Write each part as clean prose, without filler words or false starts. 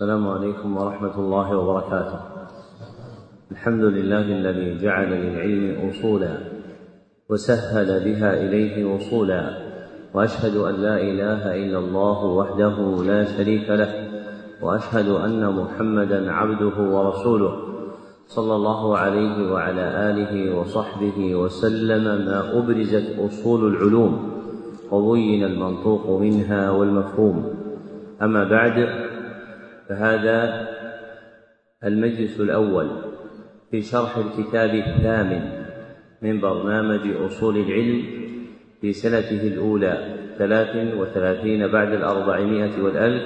السلام عليكم ورحمة الله وبركاته. الحمد لله الذي جعل للعلم أصولا وسهل بها إليه وصولا، وأشهد أن لا إله إلا الله وحده لا شريك له، وأشهد أن محمدا عبده ورسوله صلى الله عليه وعلى آله وصحبه وسلم. ما أبرزت أصول العلوم وبين المنطوق منها والمفهوم. أما بعد، فهذا المجلس الأول في شرح الكتاب الثامن من برنامج أصول العلم في سنته الأولى 33 بعد 400 والألف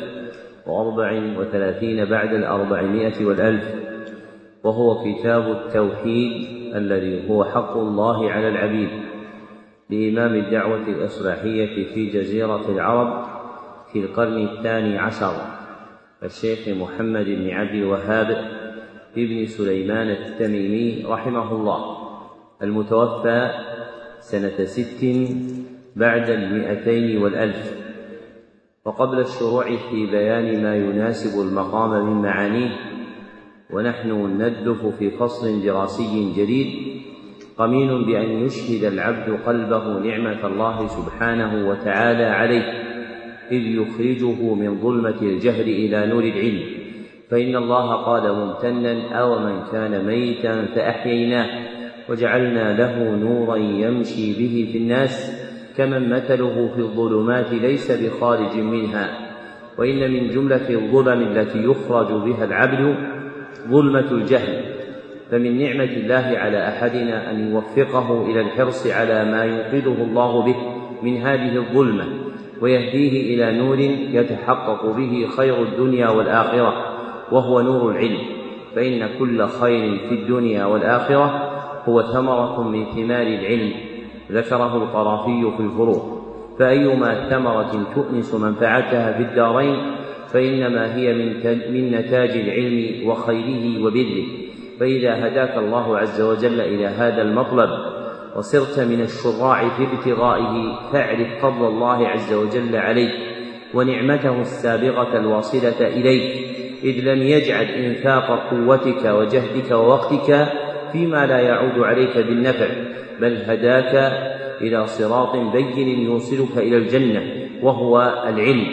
و34 بعد 400 والألف، وهو كتاب التوحيد الذي هو حق الله على العبيد لإمام الدعوة الإصلاحية في جزيرة العرب في القرن 12 الشيخ محمد بن عبد الوهاب ابن سليمان التميمي رحمه الله، المتوفى سنة 6 بعد 200 والألف. وقبل الشروع في بيان ما يناسب المقام من معانيه، ونحن ندلف في فصل دراسي جديد قمين بأن يشهد العبد قلبه نعمة الله سبحانه وتعالى عليه، إذ يخرجه من ظلمة الجهل إلى نور العلم. فإن الله قال ممتنا: أومن كان ميتا فأحييناه وجعلنا له نورا يمشي به في الناس كمن مثله في الظلمات ليس بخارج منها. وإن من جملة الظلم التي يخرج بها العبد ظلمة الجهل، فمن نعمة الله على أحدنا أن يوفقه إلى الحرص على ما ينقذه الله به من هذه الظلمة ويهديه إلى نور يتحقق به خير الدنيا والآخرة، وهو نور العلم. فإن كل خير في الدنيا والآخرة هو ثمرة من ثمار العلم، ذكره القرافي في الفروق. فأيما ثمرة تؤنس منفعتها في الدارين فإنما هي من نتاج العلم وخيره وبره. فإذا هداك الله عز وجل إلى هذا المطلب وصرت من الشراع في ابتغائه، فاعرف فضل الله عز وجل عليك ونعمته السابغة الواصلة إليك، إذ لم يجعل إنفاق قوتك وجهدك ووقتك فيما لا يعود عليك بالنفع، بل هداك إلى صراط بين يوصلك إلى الجنة، وهو العلم.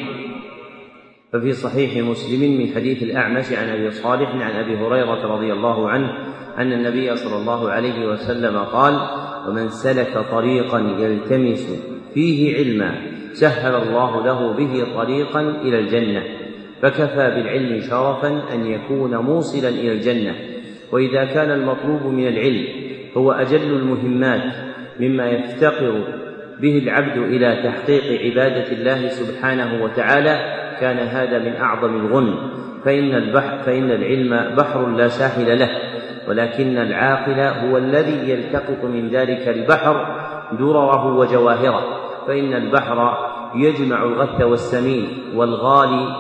ففي صحيح مسلم من حديث الأعمش عن أبي صالح عن أبي هريرة رضي الله عنه أن النبي صلى الله عليه وسلم قال: ومن سلك طريقا يلتمس فيه علما سهل الله له به طريقا إلى الجنة. فكفى بالعلم شرفا أن يكون موصلا إلى الجنة. وإذا كان المطلوب من العلم هو أجل المهمات مما يفتقر به العبد إلى تحقيق عبادة الله سبحانه وتعالى، كان هذا من أعظم الغنم. فإن العلم بحر لا ساحل له، ولكن العاقل هو الذي يلتقط من ذلك البحر درره وجواهره. فإن البحر يجمع الغث والسمين والغالي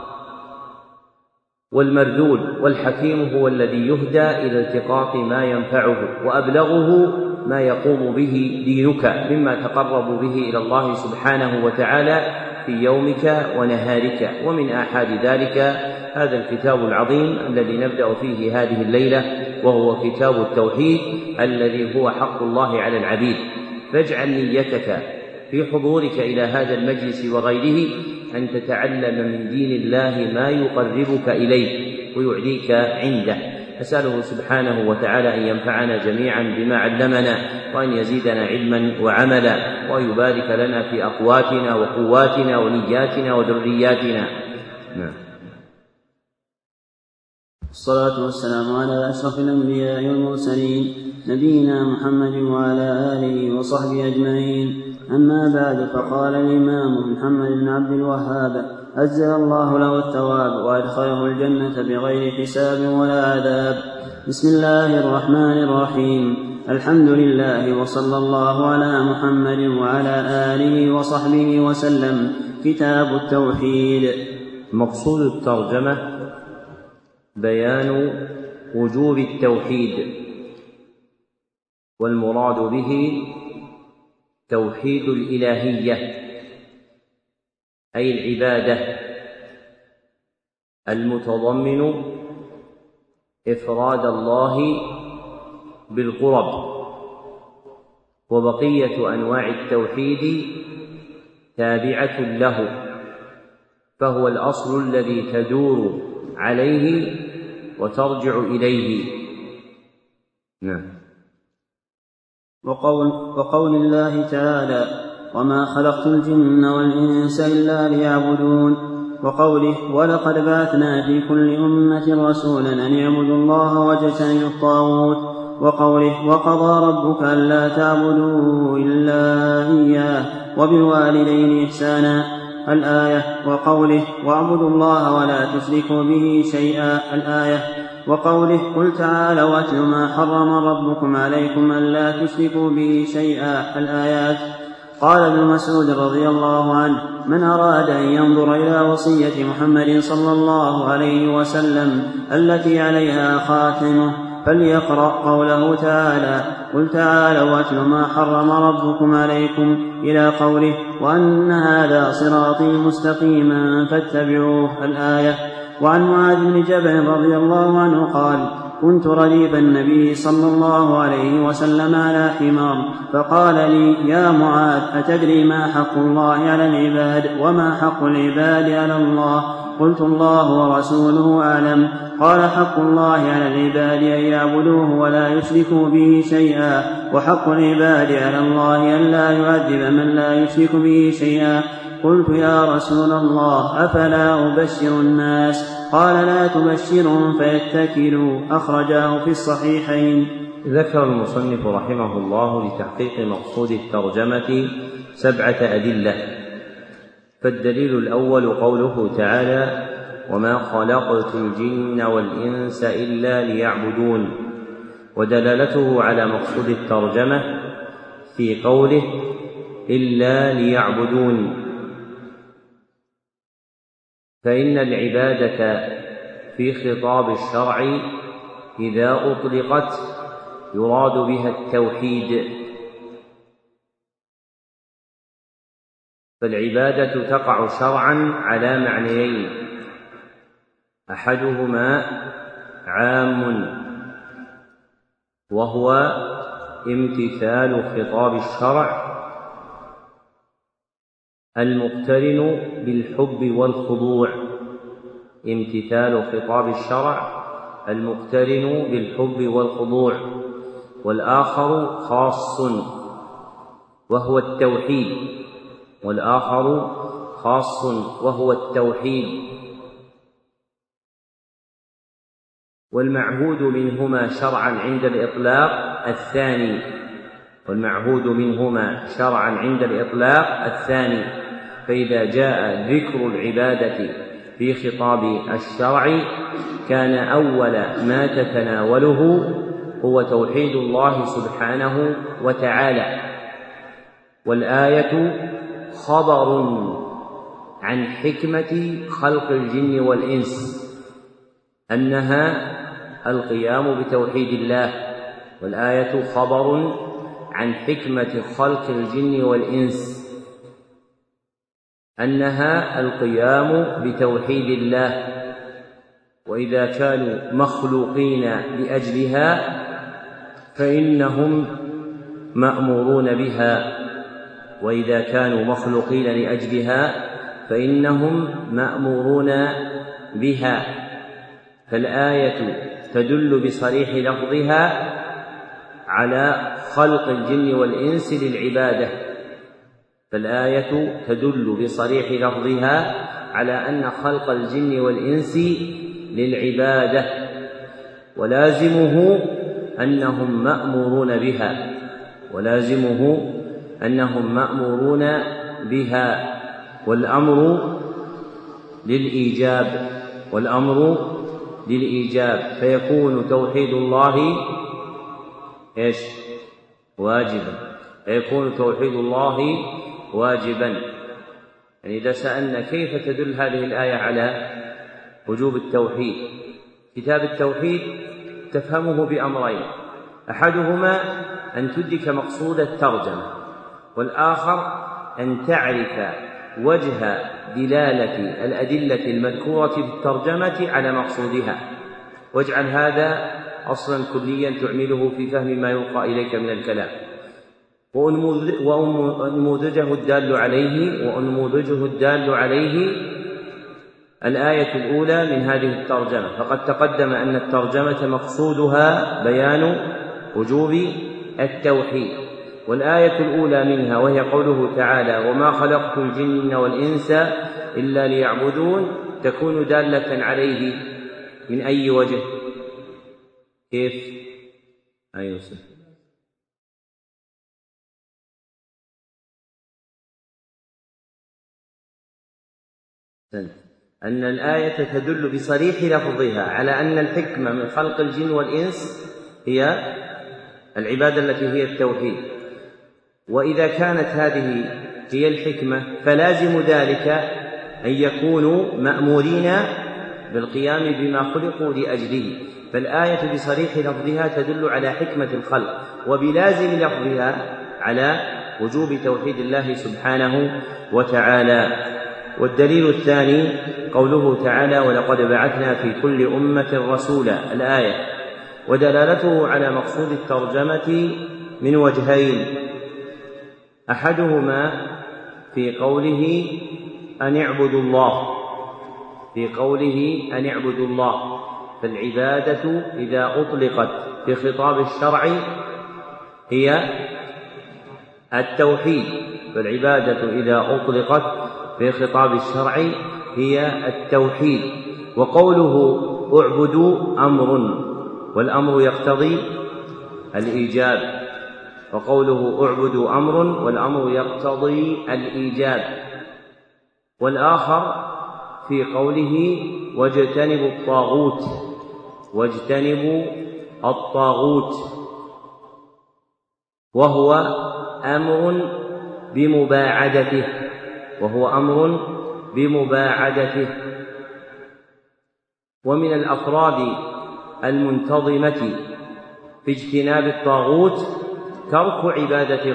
والمردود، والحكيم هو الذي يهدى إلى التقاط ما ينفعه، وأبلغه ما يقوم به دينك مما تقرب به إلى الله سبحانه وتعالى في يومك ونهارك. ومن آحاد ذلك هذا الكتاب العظيم الذي نبدأ فيه هذه الليلة، وهو كتاب التوحيد الذي هو حق الله على العبيد. فاجعل نيتك في حضورك إلى هذا المجلس وغيره أن تتعلم من دين الله ما يقربك إليه ويعليك عنده. أسأله سبحانه وتعالى أن ينفعنا جميعا بما علمنا، وأن يزيدنا علما وعملا، وأن يبارك لنا في أقواتنا وقواتنا ونياتنا وذرياتنا. الصلاة والسلام على أشرف الأنبياء والمرسلين، نبينا محمد وعلى آله وصحبه أجمعين. أما بعد، فقال الإمام محمد بن عبد الوهاب عجل الله له الثواب وأدخله الجنة بغير حساب ولا عذاب. بسم الله الرحمن الرحيم. الحمد لله، وصلى الله على محمد وعلى آله وصحبه وسلم. كتاب التوحيد. مقصود الترجمة بيان وجوب التوحيد، والمراد به توحيد الإلهية أي العبادة، المتضمن إفراد الله بالقرب، وبقية أنواع التوحيد تابعة له، فهو الأصل الذي تدور عليه وترجع إليه. نعم. وقول الله تعالى: وما خلقت الجن والإنس إلا ليعبدون، وقوله: ولقد بعثنا في كل أمة رسولا أن يعبدوا الله واجتنبوا الطاغوت، وقوله: وقضى ربك ألا تعبدوا إلا إياه وبالوالدين إحسانا الآية، وقوله: واعبدوا الله ولا تشركوا به شيئا الآية، وقوله: قل تعالوا واتل ما حرم ربكم عليكم ألا تشركوا به شيئا الآيات. قال ابن مسعود رضي الله عنه: من أراد أن ينظر إلى وصية محمد صلى الله عليه وسلم التي عليها خاتمه فليقرأ قوله تعالى: قل تعالوا واتل ما حرم ربكم عليكم، إلى قوله: وأن هذا صراطي مستقيما فاتبعوه الآية. وعن معاذ بن جبل رضي الله عنه قال: كنت رديف النبي صلى الله عليه وسلم على حمار، فقال لي: يا معاذ، أتدري ما حق الله على العباد وما حق العباد على الله؟ قلت: الله ورسوله أعلم. قال: حق الله على العباد أن يعبدوه ولا يشركوا به شيئا، وحق العباد على الله أن لا يعذب من لا يشرك به شيئا. قلت: يا رسول الله، أفلا أبشر الناس؟ قال: لا تبشرهم فيتكلوا. أخرجاه في الصحيحين. ذكر المصنف رحمه الله لتحقيق مقصود الترجمة 7 أدلة. فالدليل الأول قوله تعالى: وما خلقت الجن والإنس إلا ليعبدون، ودلالته على مقصود الترجمة في قوله: إلا ليعبدون، فإن العبادة في خطاب الشرع إذا أطلقت يراد بها التوحيد، فالعبادة تقع شرعا على معنيين: أحدهما عام وهو امتثال خطاب الشرع المقترن بالحب والخضوع، امتثال خطاب الشرع المقترن بالحب والخضوع. والآخر خاص وهو التوحيد، والآخر خاص وهو التوحيد. والمعهود منهما شرعا عند الإطلاق الثاني، والمعهود منهما شرعا عند الإطلاق الثاني. فإذا جاء ذكر العبادة في خطاب الشرع كان أول ما تتناوله هو توحيد الله سبحانه وتعالى. والآية خبر عن حكمة خلق الجن والإنس أنها القيام بتوحيد الله، والآية خبر عن حكمة خلق الجن والإنس أنها القيام بتوحيد الله. وإذا كانوا مخلوقين لأجلها فإنهم مأمورون بها، وإذا كانوا مخلوقين لأجلها فإنهم مأمورون بها. فالآية تدل بصريح لفظها على خلق الجن والإنس للعبادة، فالآية تدل بصريح لفظها على أن خلق الجن والإنس للعبادة، ولازمه أنهم مأمورون بها، ولازمه أنهم مأمورون بها. والأمر للإيجاب، والأمر للإيجاب، فيكون توحيد الله واجبا، فيكون توحيد الله واجبا. يعني إذا سألنا كيف تدل هذه الآية على وجوب التوحيد، كتاب التوحيد تفهمه بأمرين: أحدهما أن تدرك مقصود الترجمة، والآخر أن تعرف وجه دلالة الأدلة المذكورة في الترجمة على مقصودها، واجعل هذا أصلا كليا تعمله في فهم ما يلقى إليك من الكلام. وأنموذجه الدال عليه الآية الأولى من هذه الترجمة، فقد تقدم أن الترجمة مقصودها بيان وجوب التوحيد، والآية الأولى منها وهي قوله تعالى وما خلقت الجن والإنس إلا ليعبدون تكون دالة عليه من أي وجه؟ كيف؟ أيوة أن الآية تدل بصريح لفظها على أن الحكمة من خلق الجن والإنس هي العبادة التي هي التوحيد، وإذا كانت هذه هي الحكمة فلازم ذلك أن يكونوا مأمورين بالقيام بما خلقوا لأجله، فالآية بصريح لفظها تدل على حكمة الخلق، وبلازم لفظها على وجوب توحيد الله سبحانه وتعالى. والدليل الثاني قوله تعالى ولقد بعثنا في كل أمة رسولا، الآية، ودلالته على مقصود الترجمة من وجهين: أحدهما في قوله أن اعبدوا الله، فالعبادة إذا أطلقت في خطاب الشرع هي التوحيد، في خطاب الشرع هي التوحيد. وقوله اعبدوا أمر، والأمر يقتضي الإيجاب، والآخر في قوله واجتنبوا الطاغوت، وهو أمر بمباعدته. ومن الأفراد المنتظمة في اجتناب الطاغوت ترك عبادة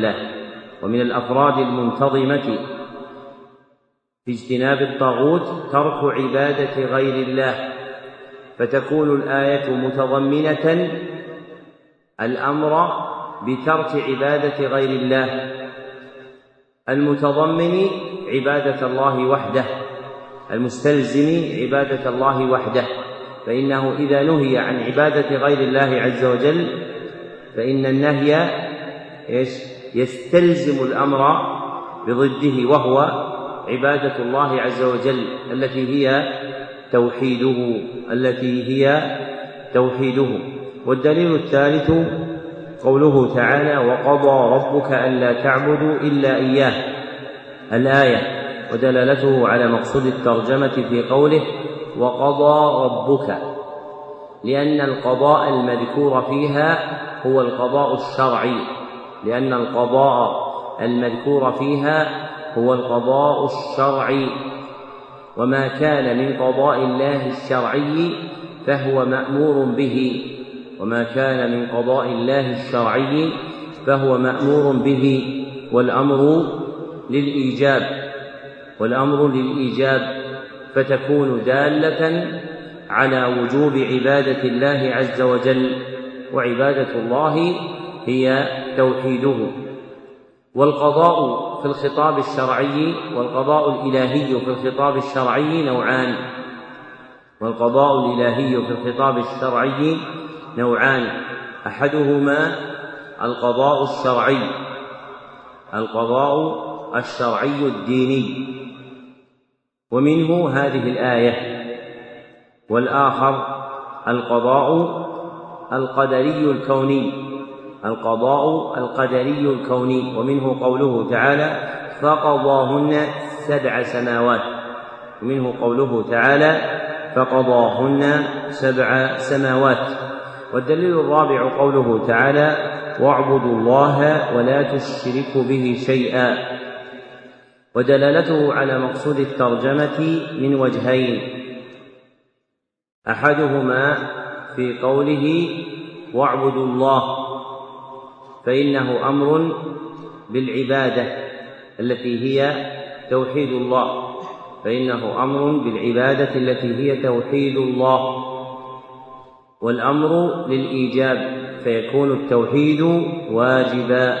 غير الله، فتكون الآية متضمنة الأمر بترك عبادة غير الله، المتضمن عبادة الله وحده، المستلزم عبادة الله وحده، فإنه إذا نهي عن عبادة غير الله عز وجل فإن النهي يستلزم الأمر بضده، وهو عبادة الله عز وجل التي هي توحيده. والدليل الثالث قوله تعالى وقضى ربك ألا تعبدوا إلا إياه، الآية، ودلالته على مقصود الترجمة في قوله وقضى ربك، لأن القضاء المذكور فيها هو القضاء الشرعي، وما كان من قضاء الله الشرعي فهو مأمور به، والأمر للإيجاب، فتكون دالة على وجوب عبادة الله عز وجل، وعبادة الله هي توحيده. والقضاء في الخطاب الشرعي والقضاء الإلهي في الخطاب الشرعي نوعان، أحدهما القضاء الشرعي الديني، ومنه هذه الآية، والآخر القضاء القدري الكوني، ومنه قوله تعالى فقضاهن 7 سماوات. والدليل الرابع قوله تعالى واعبدوا الله ولا تشركوا به شيئا، ودلالته على مقصود الترجمة من وجهين: أحدهما في قوله واعبدوا الله، فإنه أمر بالعبادة التي هي توحيد الله، فإنه أمر بالعبادة التي هي توحيد الله، والأمر للإيجاب فيكون التوحيد واجبا.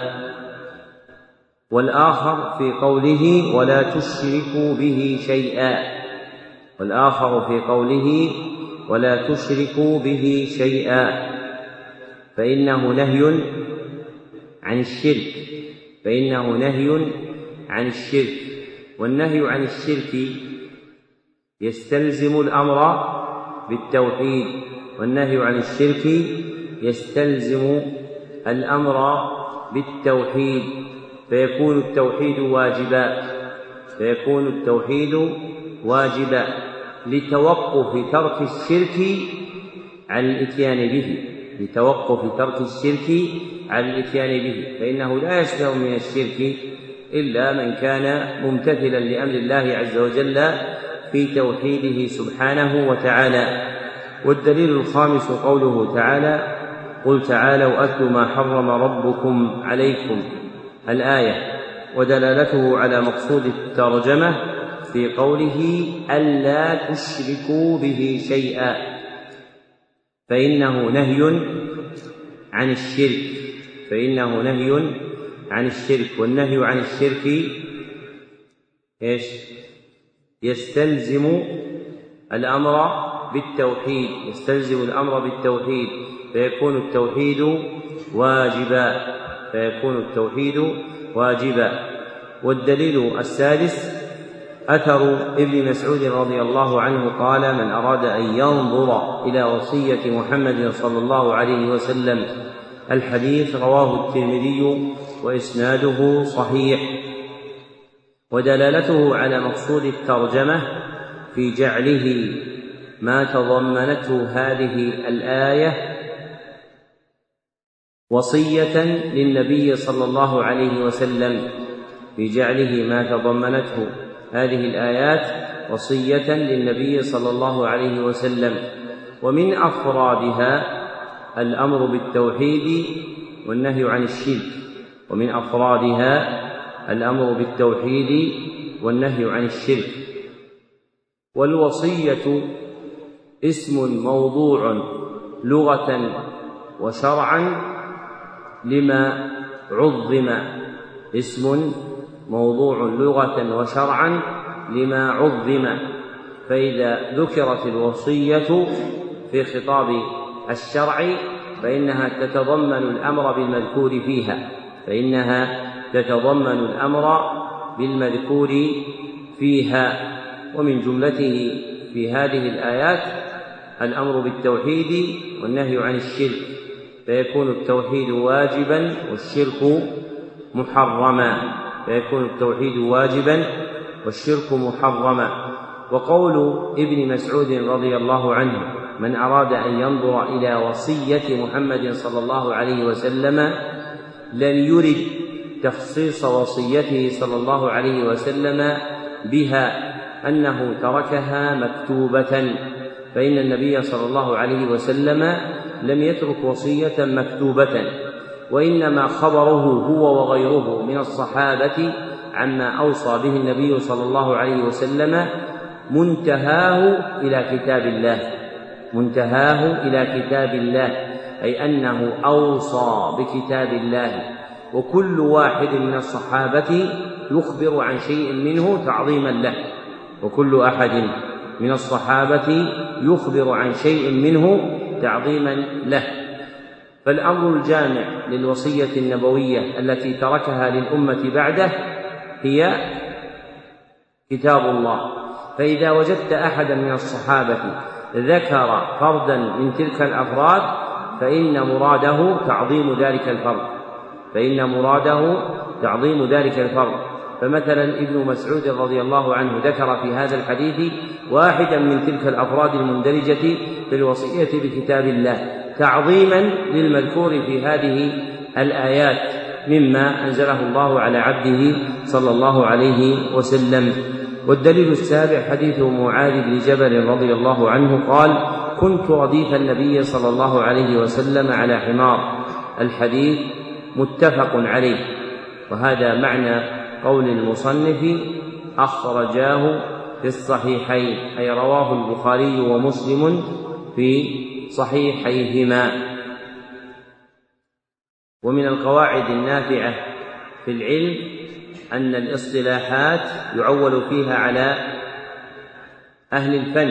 والآخر في قوله ولا تشركوا به شيئا، والآخر في قوله ولا تشركوا به شيئا فإنه نهي عن الشرك، فإنه نهي عن الشرك، والنهي عن الشرك يستلزم الأمر بالتوحيد، والنهي عن الشرك يستلزم الأمر بالتوحيد، فيكون التوحيد واجبا، فيكون التوحيد واجبا لتوقف ترك الشرك عن الإتيان به، لتوقف ترك الشرك عن الإتيان به، فإنه لا يشبع من الشرك إلا من كان ممتثلا لأمر الله عز وجل في توحيده سبحانه وتعالى. والدليل الخامس قوله تعالى قل تعالوا أتل ما حرم ربكم عليكم الآية، ودلالته على مقصود الترجمة في قوله ألا تشركوا به شيئا، فإنه نهي عن الشرك، فإنه نهي عن الشرك، والنهي عن الشرك يستلزم الأمر بالتوحيد، يستلزم الأمر بالتوحيد، فيكون التوحيد واجبا، فيكون التوحيد واجبا. والدليل السادس أثر ابن مسعود رضي الله عنه قال من أراد أن ينظر إلى وصية محمد صلى الله عليه وسلم، الحديث رواه الترمذي وإسناده صحيح. ودلالته على مقصود الترجمة في جعله ما تضمنته هذه الآية وصية للنبي صلى الله عليه وسلم، في جعله ما تضمنته هذه الآيات وصية للنبي صلى الله عليه وسلم، ومن أفرادها الأمر بالتوحيد والنهي عن الشرك، ومن أفرادها الأمر بالتوحيد والنهي عن الشرك. والوصية اسم موضوع لغة وشرعا لما عظم، اسم موضوع لغة وشرعا لما عظم، فإذا ذكرت الوصية في خطاب الشرع فإنها تتضمن الأمر بالمذكور فيها، فإنها تتضمن الأمر بالمذكور فيها. ومن جملته في هذه الآيات الأمر بالتوحيد والنهي عن الشرك، فيكون التوحيد واجبا والشرك محرما، فيكون التوحيد واجبا والشرك محرما. وقول ابن مسعود رضي الله عنه من أراد أن ينظر إلى وصية محمد صلى الله عليه وسلم لن يرد تخصيص وصيته صلى الله عليه وسلم بها أنه تركها مكتوبة، فإن النبي صلى الله عليه وسلم لم يترك وصية مكتوبة، وإنما خبره هو وغيره من الصحابة عما أوصى به النبي صلى الله عليه وسلم منتهاه إلى كتاب الله، منتهاه إلى كتاب الله، أي أنه أوصى بكتاب الله، وكل واحد من الصحابة يخبر عن شيء منه تعظيما له، وكل أحد من الصحابة يخبر عن شيء منه تعظيما له. فالأمر الجامع للوصية النبوية التي تركها للأمة بعده هي كتاب الله، فإذا وجدت أحدا من الصحابة ذكر فردا من تلك الأفراد فإن مراده تعظيم ذلك الفرد، فإن مراده تعظيم ذلك الفرد. فمثلا ابن مسعود رضي الله عنه ذكر في هذا الحديث واحدا من تلك الأفراد المندرجة في الوصية بكتاب الله تعظيما للمذكور في هذه الآيات مما أنزله الله على عبده صلى الله عليه وسلم. والدليل السابع حديث معاذ بن جبل رضي الله عنه قال كنت رديف النبي صلى الله عليه وسلم على حمار، الحديث متفق عليه. وهذا معنى قول المصنف أخرجاه في الصحيحين، أي رواه البخاري ومسلم في صحيحيهما. ومن القواعد النافعة في العلم أن الاصطلاحات يعول فيها على أهل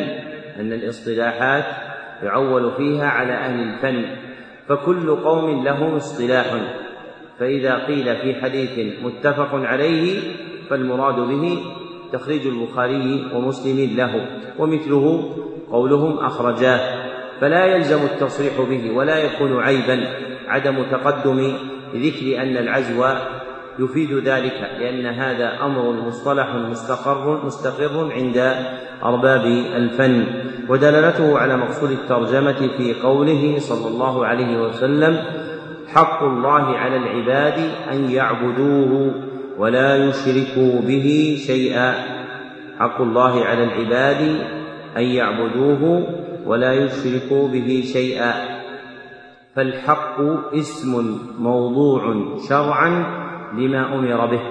الفن، فكل قوم لهم اصطلاح، فإذا قيل في حديث متفق عليه فالمراد به تخريج البخاري ومسلم له، ومثله قولهم أخرجاه، فلا يلزم التصريح به، ولا يكون عيبا عدم تقدم ذكر أن العزو يفيد ذلك، لأن هذا أمر مصطلح مستقر عند أرباب الفن. ودلالته على مقصود الترجمة في قوله صلى الله عليه وسلم: حق الله على العباد أن يعبدوه ولا يشركوا به شيئا. حق الله على العباد أن يعبدوه ولا يشركوا به شيئا. فالحق اسم موضوع شرعا لما أمر به،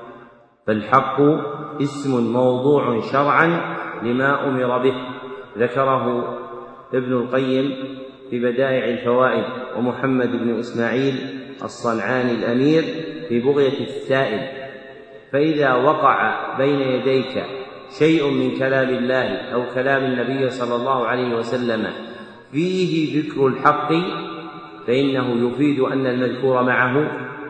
ذكره ابن القيم في بدائع الفوائد، ومحمد بن إسماعيل الصنعاني الأمير في بغية السائل. فإذا وقع بين يديك شيء من كلام الله أو كلام النبي صلى الله عليه وسلم فيه ذكر الحق، فإنه يفيد أن المذكور معه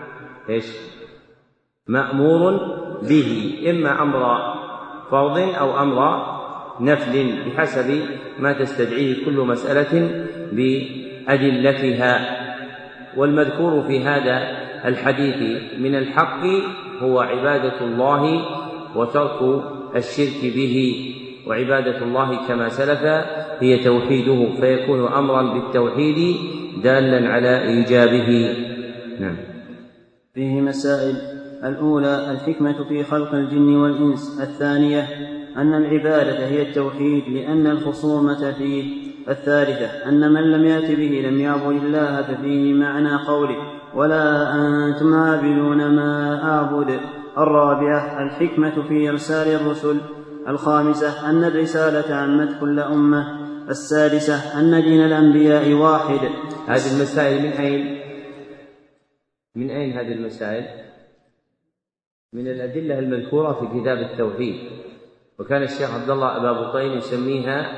مأمور به، إما أمر فرض أو أمر نفل، بحسب ما تستدعيه كل مسألة بأدلتها. والمذكور في هذا الحديث من الحق هو عبادة الله وترك الشرك به، وعبادة الله كما سلف هي توحيده، فيكون أمرا بالتوحيد دالا على إيجابه. نعم. فيه مسائل: الأولى الحكمة في خلق الجن والإنس. الثانية أن العبادة هي التوحيد لأن الخصومة فيه. الثالثة أن من لم يأت به لم يعبد الله، ففيه معنى قوله: ولا أنتم عابدون ما أعبد. الرابعة الحكمة في إرسال الرسل. الخامسة أن الرسالة عمت كل أمة. السادسة أن دين الأنبياء واحد. هذه المسائل من أين هذه المسائل؟ من الأدلة المذكورة في كتاب التوحيد، وكان الشيخ عبد الله أبا بطين يسميها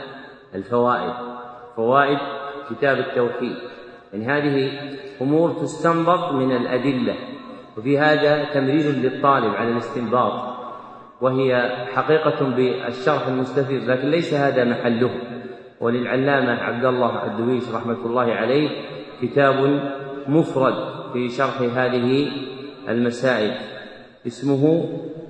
فوائد كتاب التوحيد. يعني هذه أمور تستنبط من الأدلة، وفي هذا تمرير للطالب على الاستنباط، وهي حقيقة بالشرح المستفيض، لكن ليس هذا محله. وللعلامة عبد الله الدويش رحمة الله عليه كتاب مفرد في شرح هذه المسائل اسمه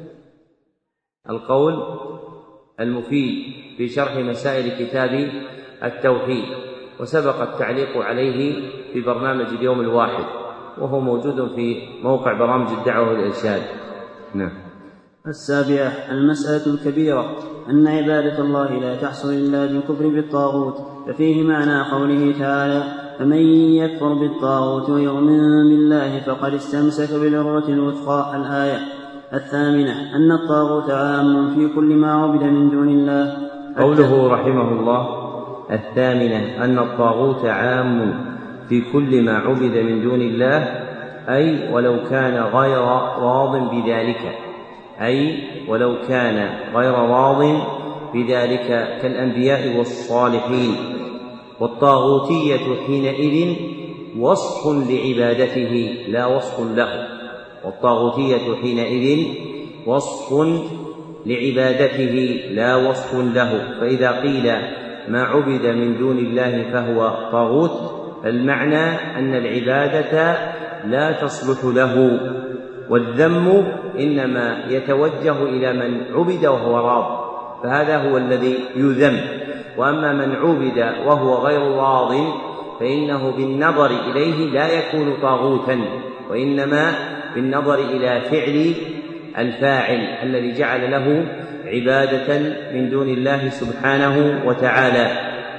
القول المفيد في شرح مسائل كتاب التوحيد، وسبق التعليق عليه في برنامج اليوم الواحد، وهو موجود في موقع برامج الدعوة والإرشاد. نعم. السابعة المسألة الكبيرة أن عبادة الله لا تحصل إلا بالكفر بالطاغوت، ففيه معنى قوله تعالى: فمن يكفر بالطاغوت ويؤمن بالله فقد استمسك بالعروة الوثقى. الآية. الثامنة أن الطاغوت عام في كل ما عبد من دون الله. قوله رحمه الله: الثامنة أن الطاغوت عام في كل ما عبد من دون الله، أي ولو كان غير راض بذلك كالأنبياء والصالحين. والطاغوتية حينئذ وصف لعبادته لا وصف له. فإذا قيل ما عبد من دون الله فهو طاغوت، المعنى أن العبادة لا تصلح له، والذم إنما يتوجه إلى من عبد وهو راض، فهذا هو الذي يذم. وأما من عبد وهو غير راض فإنه بالنظر إليه لا يكون طاغوتا، وإنما بالنظر إلى فعل الفاعل الذي جعل له عبادة من دون الله سبحانه وتعالى.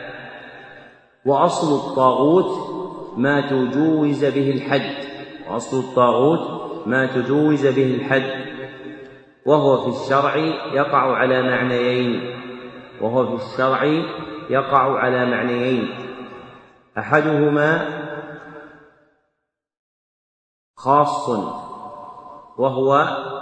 وأصل الطاغوت ما تجوز به الحد، وهو في الشرع يقع على معنيين أحدهما خاص وهو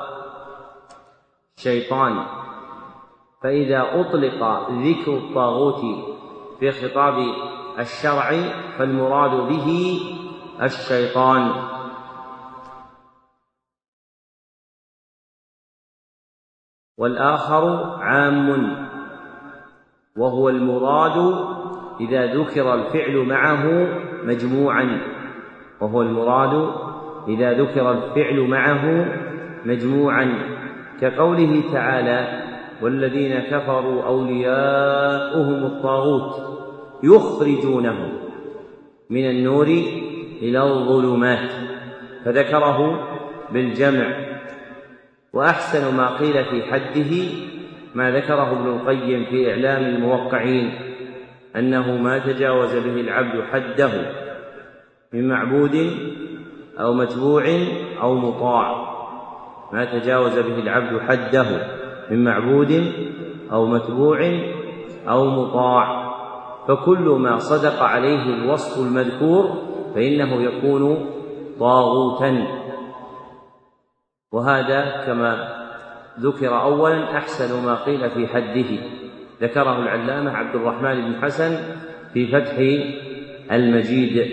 شيطان، فإذا أطلق ذكر الطاغوت في خطاب الشرع فالمراد به الشيطان. والآخر عام وهو المراد إذا ذكر الفعل معه مجموعا كقوله تعالى: والذين كفروا أولياؤهم الطاغوت يخرجونهم من النور إلى الظلمات، فذكره بالجمع. وأحسن ما قيل في حده ما ذكره ابن القيم في إعلام الموقعين، أنه ما تجاوز به العبد حده من معبود أو متبوع أو مطاع، فكل ما صدق عليه الوصف المذكور فإنه يكون طاغوتا. وهذا كما ذكر أولا أحسن ما قيل في حده، ذكره العلامة عبد الرحمن بن حسن في فتح المجيد.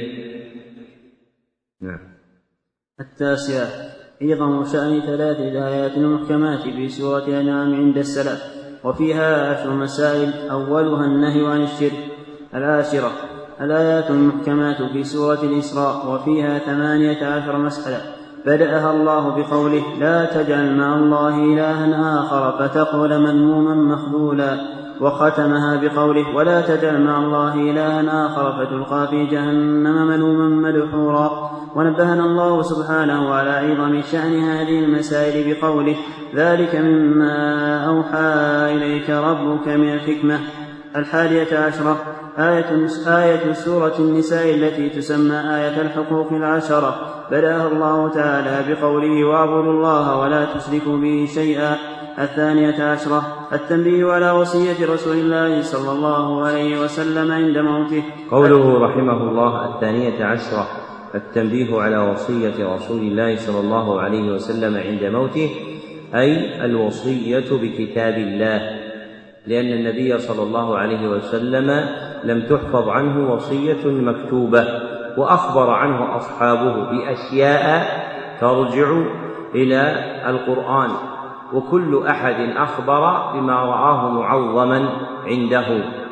التاسعة: عظم شأن 3 الآيات المحكمات في سورة الأنعام عند السلف، وفيها 10 مسائل، أولها النهي عن الشرك. 10 الآيات المحكمات في سورة الإسراء، وفيها 18 مسألة، بدأها الله بقوله: لا تجعل مع الله إلها آخر فتقول مذموما مخذولا، وختمها بقوله: ولا تجعل مع الله إلها آخر فتلقى في جهنم ملوما مدحورا. ونبهنا الله سبحانه على عظم شأن هذه المسائل بقوله: ذلك مما أوحى إليك ربك من الحكمة. 11 آية سورة النساء التي تسمى آية الحقوق 10، بدأها الله تعالى بقوله: واعبدوا الله ولا تشركوا به شيئا. 12 التنبيه على وصية رسول الله صلى الله عليه وسلم عند موته. قوله رحمه الله 12 التنبيه على وصية رسول الله صلى الله عليه وسلم عند موته، أي الوصية بكتاب الله، لأن النبي صلى الله عليه وسلم لم تحفظ عنه وصية مكتوبة، وأخبر عنه أصحابه بأشياء ترجع إلى القرآن، وكل أحد أخبر بما رآه معظما عنده.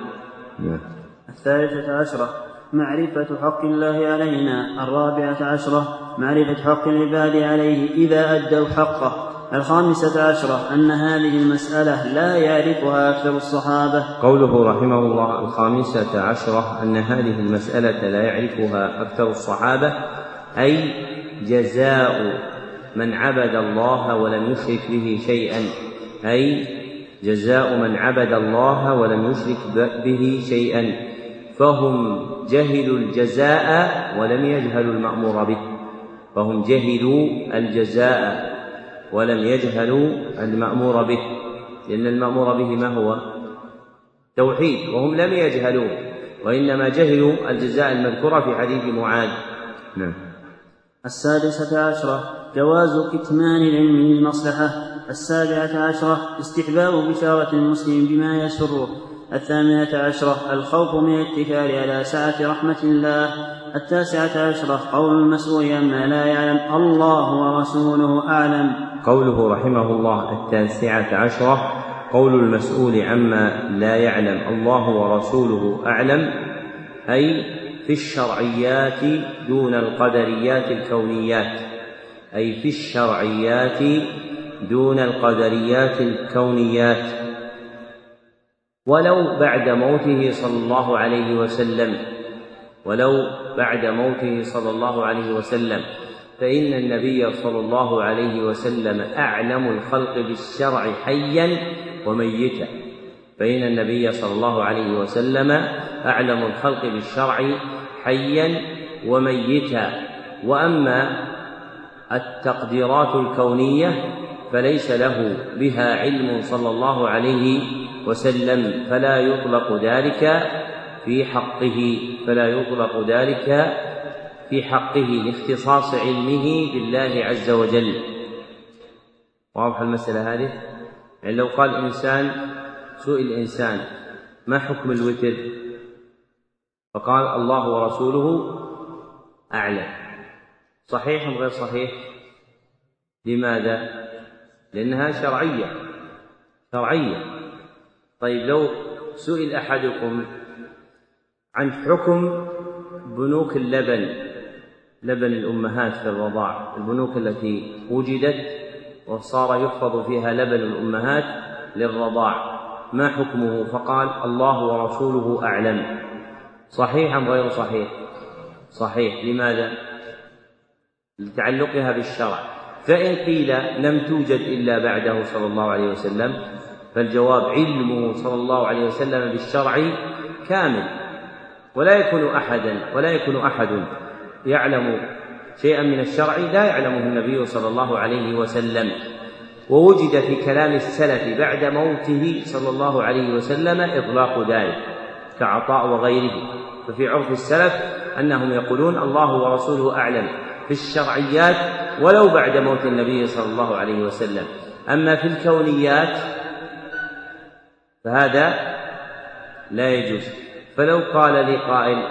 13 معرفة حق الله علينا. 14 معرفة حق العباد عليه إذا أدوا حقه. 15 أن هذه المسألة لا يعرفها أكثر الصحابة. قوله رحمه الله 15 أن هذه المسألة لا يعرفها أكثر الصحابة، أي جزاء من عبد الله ولم يشرك به شيئا، فهم جهلوا الجزاء ولم يجهلوا المأمور به، لأن المأمور به ما هو؟ توحيد، وهم لم يجهلوا وإنما جهلوا الجزاء المذكورة في حديث معاذ. 16 جواز كتمان العلم للمصلحة. 17 استحباب بشارة المسلم بما يسره. 18 الخوف من الاتكال على سعة رحمة الله. 19 قول المسؤول عما لا يعلم الله ورسوله أعلم. قوله رحمه الله 19 قول المسؤول عما لا يعلم الله ورسوله أعلم، أي في الشرعيات دون القدريات الكونيات، ولو بعد موته صلى الله عليه وسلم، فإن النبي صلى الله عليه وسلم أعلم الخلق بالشرع حيا وميتا. وأما التقديرات الكونية فليس له بها علم صلى الله عليه وسلم، فلا يطلق ذلك في حقه لاختصاص علمه بالله عز وجل. واضح المسألة هذه؟ يعني لو قال الإنسان، سئل الإنسان ما حكم الوتر؟ فقال الله ورسوله أعلم، صحيح أم غير صحيح؟ لماذا؟ لأنها شرعية. طيب لو سئل أحدكم عن حكم بنوك اللبن، لبن الأمهات في الرضاع، البنوك التي وجدت وصار يحفظ فيها لبن الأمهات للرضاع، ما حكمه؟ فقال الله ورسوله أعلم، صحيح أم غير صحيح؟ صحيح. لماذا؟ لتعلقها بالشرع. فإن قيل لم توجد إلا بعده صلى الله عليه وسلم، فالجواب علمه صلى الله عليه وسلم بالشرع كامل، ولا يكون أحد يعلم شيئا من الشرع لا يعلمه النبي صلى الله عليه وسلم. ووجد في كلام السلف بعد موته صلى الله عليه وسلم إطلاق ذلك كعطاء وغيره. ففي عرف السلف أنهم يقولون الله ورسوله أعلم في الشرعيات ولو بعد موت النبي صلى الله عليه وسلم. أما في الكونيات فهذا لا يجوز. فلو قال لي قائل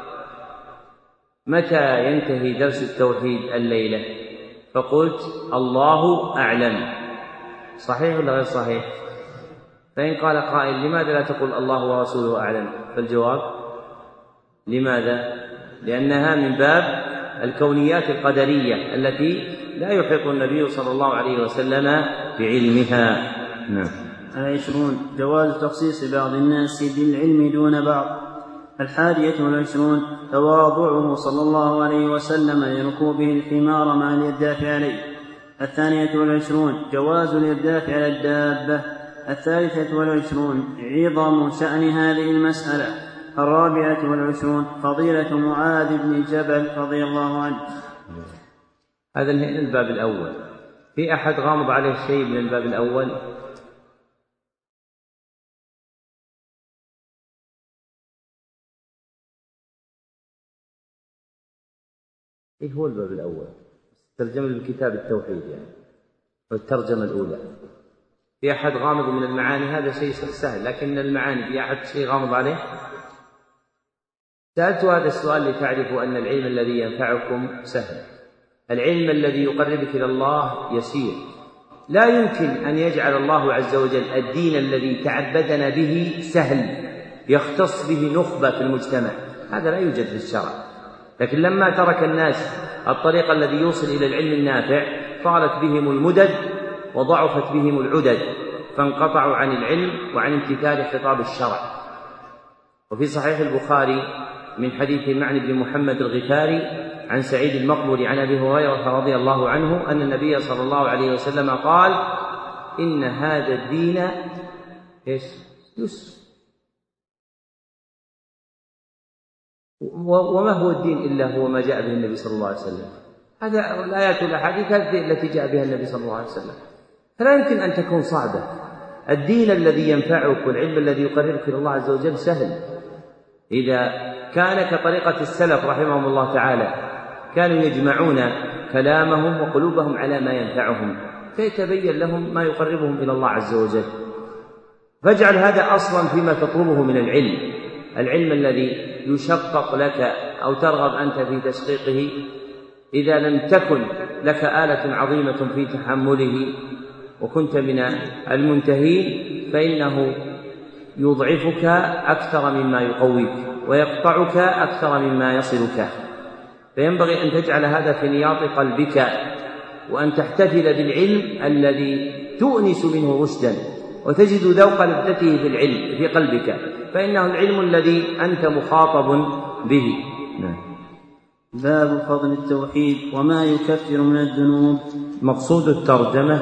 متى ينتهي درس التوحيد الليلة؟ فقلت الله أعلم، صحيح ولا غير صحيح؟ فإن قال قائل لماذا لا تقول الله ورسوله أعلم؟ فالجواب لماذا؟ لأنها من باب الكونيات القدرية التي لا يحيط النبي صلى الله عليه وسلم بعلمها. نعم. 20 جواز تخصيص بعض الناس بالعلم دون بعض. 21 تواضعه صلى الله عليه وسلم لركوبه الحمار مع الإرداف عليه. 22 جواز الإرداف على الدابة. 23 عظم شأن هذه المسألة. 24 فضيلة معاذ بن جبل رضي الله عنه. هذا الباب الأول. في أحد غامض عليه شيء من الباب الأول؟ إيه هو الباب الأول؟ ترجمة الكتاب التوحيد يعني، والترجمة الأولى. في أحد غامض من المعاني؟ هذا شيء سهل، لكن المعاني في أحد شيء غامض عليه؟ سألت هذا السؤال لتعرفوا أن العلم الذي ينفعكم سهل، العلم الذي يقربك إلى الله يسير. لا يمكن أن يجعل الله عز وجل الدين الذي تعبدنا به سهل يختص به نخبة في المجتمع، هذا لا يوجد في الشرع. لكن لما ترك الناس الطريق الذي يوصل إلى العلم النافع طالت بهم المدد وضعفت بهم العدد، فانقطعوا عن العلم وعن امتثال خطاب الشرع. وفي صحيح البخاري من حديث معن بن محمد الغفاري عن سعيد المقبري عن أبي هريرة رضي الله عنه أن النبي صلى الله عليه وسلم قال: إن هذا الدين يسر. وما هو الدين إلا هو ما جاء به النبي صلى الله عليه وسلم. هذا الآيات والأحاديث التي جاء بها النبي صلى الله عليه وسلم، فلا يمكن أن تكون صعبة. الدين الذي ينفعك والعلم الذي يقربك إلى الله عز وجل سهل. إذا كان كطريقة السلف رحمهم الله تعالى، كانوا يجمعون كلامهم وقلوبهم على ما ينفعهم فيتبين لهم ما يقربهم إلى الله عز وجل. فاجعل هذا أصلا فيما تطلبه من العلم الذي يشقق لك أو ترغب أنت في تشقيقه، إذا لم تكن لك آلة عظيمة في تحمله وكنت من المنتهين فإنه يضعفك أكثر مما يقويك ويقطعك أكثر مما يصلك. فينبغي أن تجعل هذا في نياط قلبك، وأن تحتفل بالعلم الذي تؤنس منه رشدا وتجد ذوق لذته في العلم في قلبك، فإنه العلم الذي أنت مخاطب به. باب فضل التوحيد وما يكفر من الذنوب. مقصود الترجمة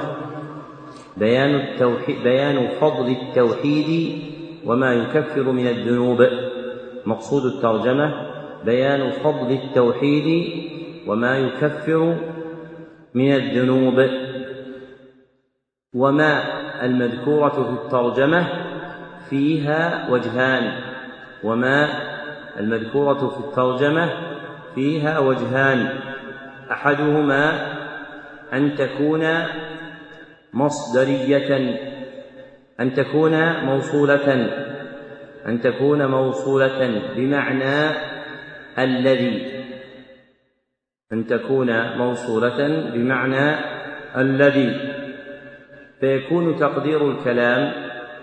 بيان فضل التوحيد وما يكفر من الذنوب. مقصود الترجمة بيان فضل التوحيد وما يكفر من الذنوب. وما المذكورة في الترجمة فيها وجهان. وما المذكورة في الترجمة فيها وجهان، أحدهما أن تكون مصدرية، أن تكون موصولة بمعنى الذي، أن تكون موصولة بمعنى الذي، فيكون تقدير الكلام: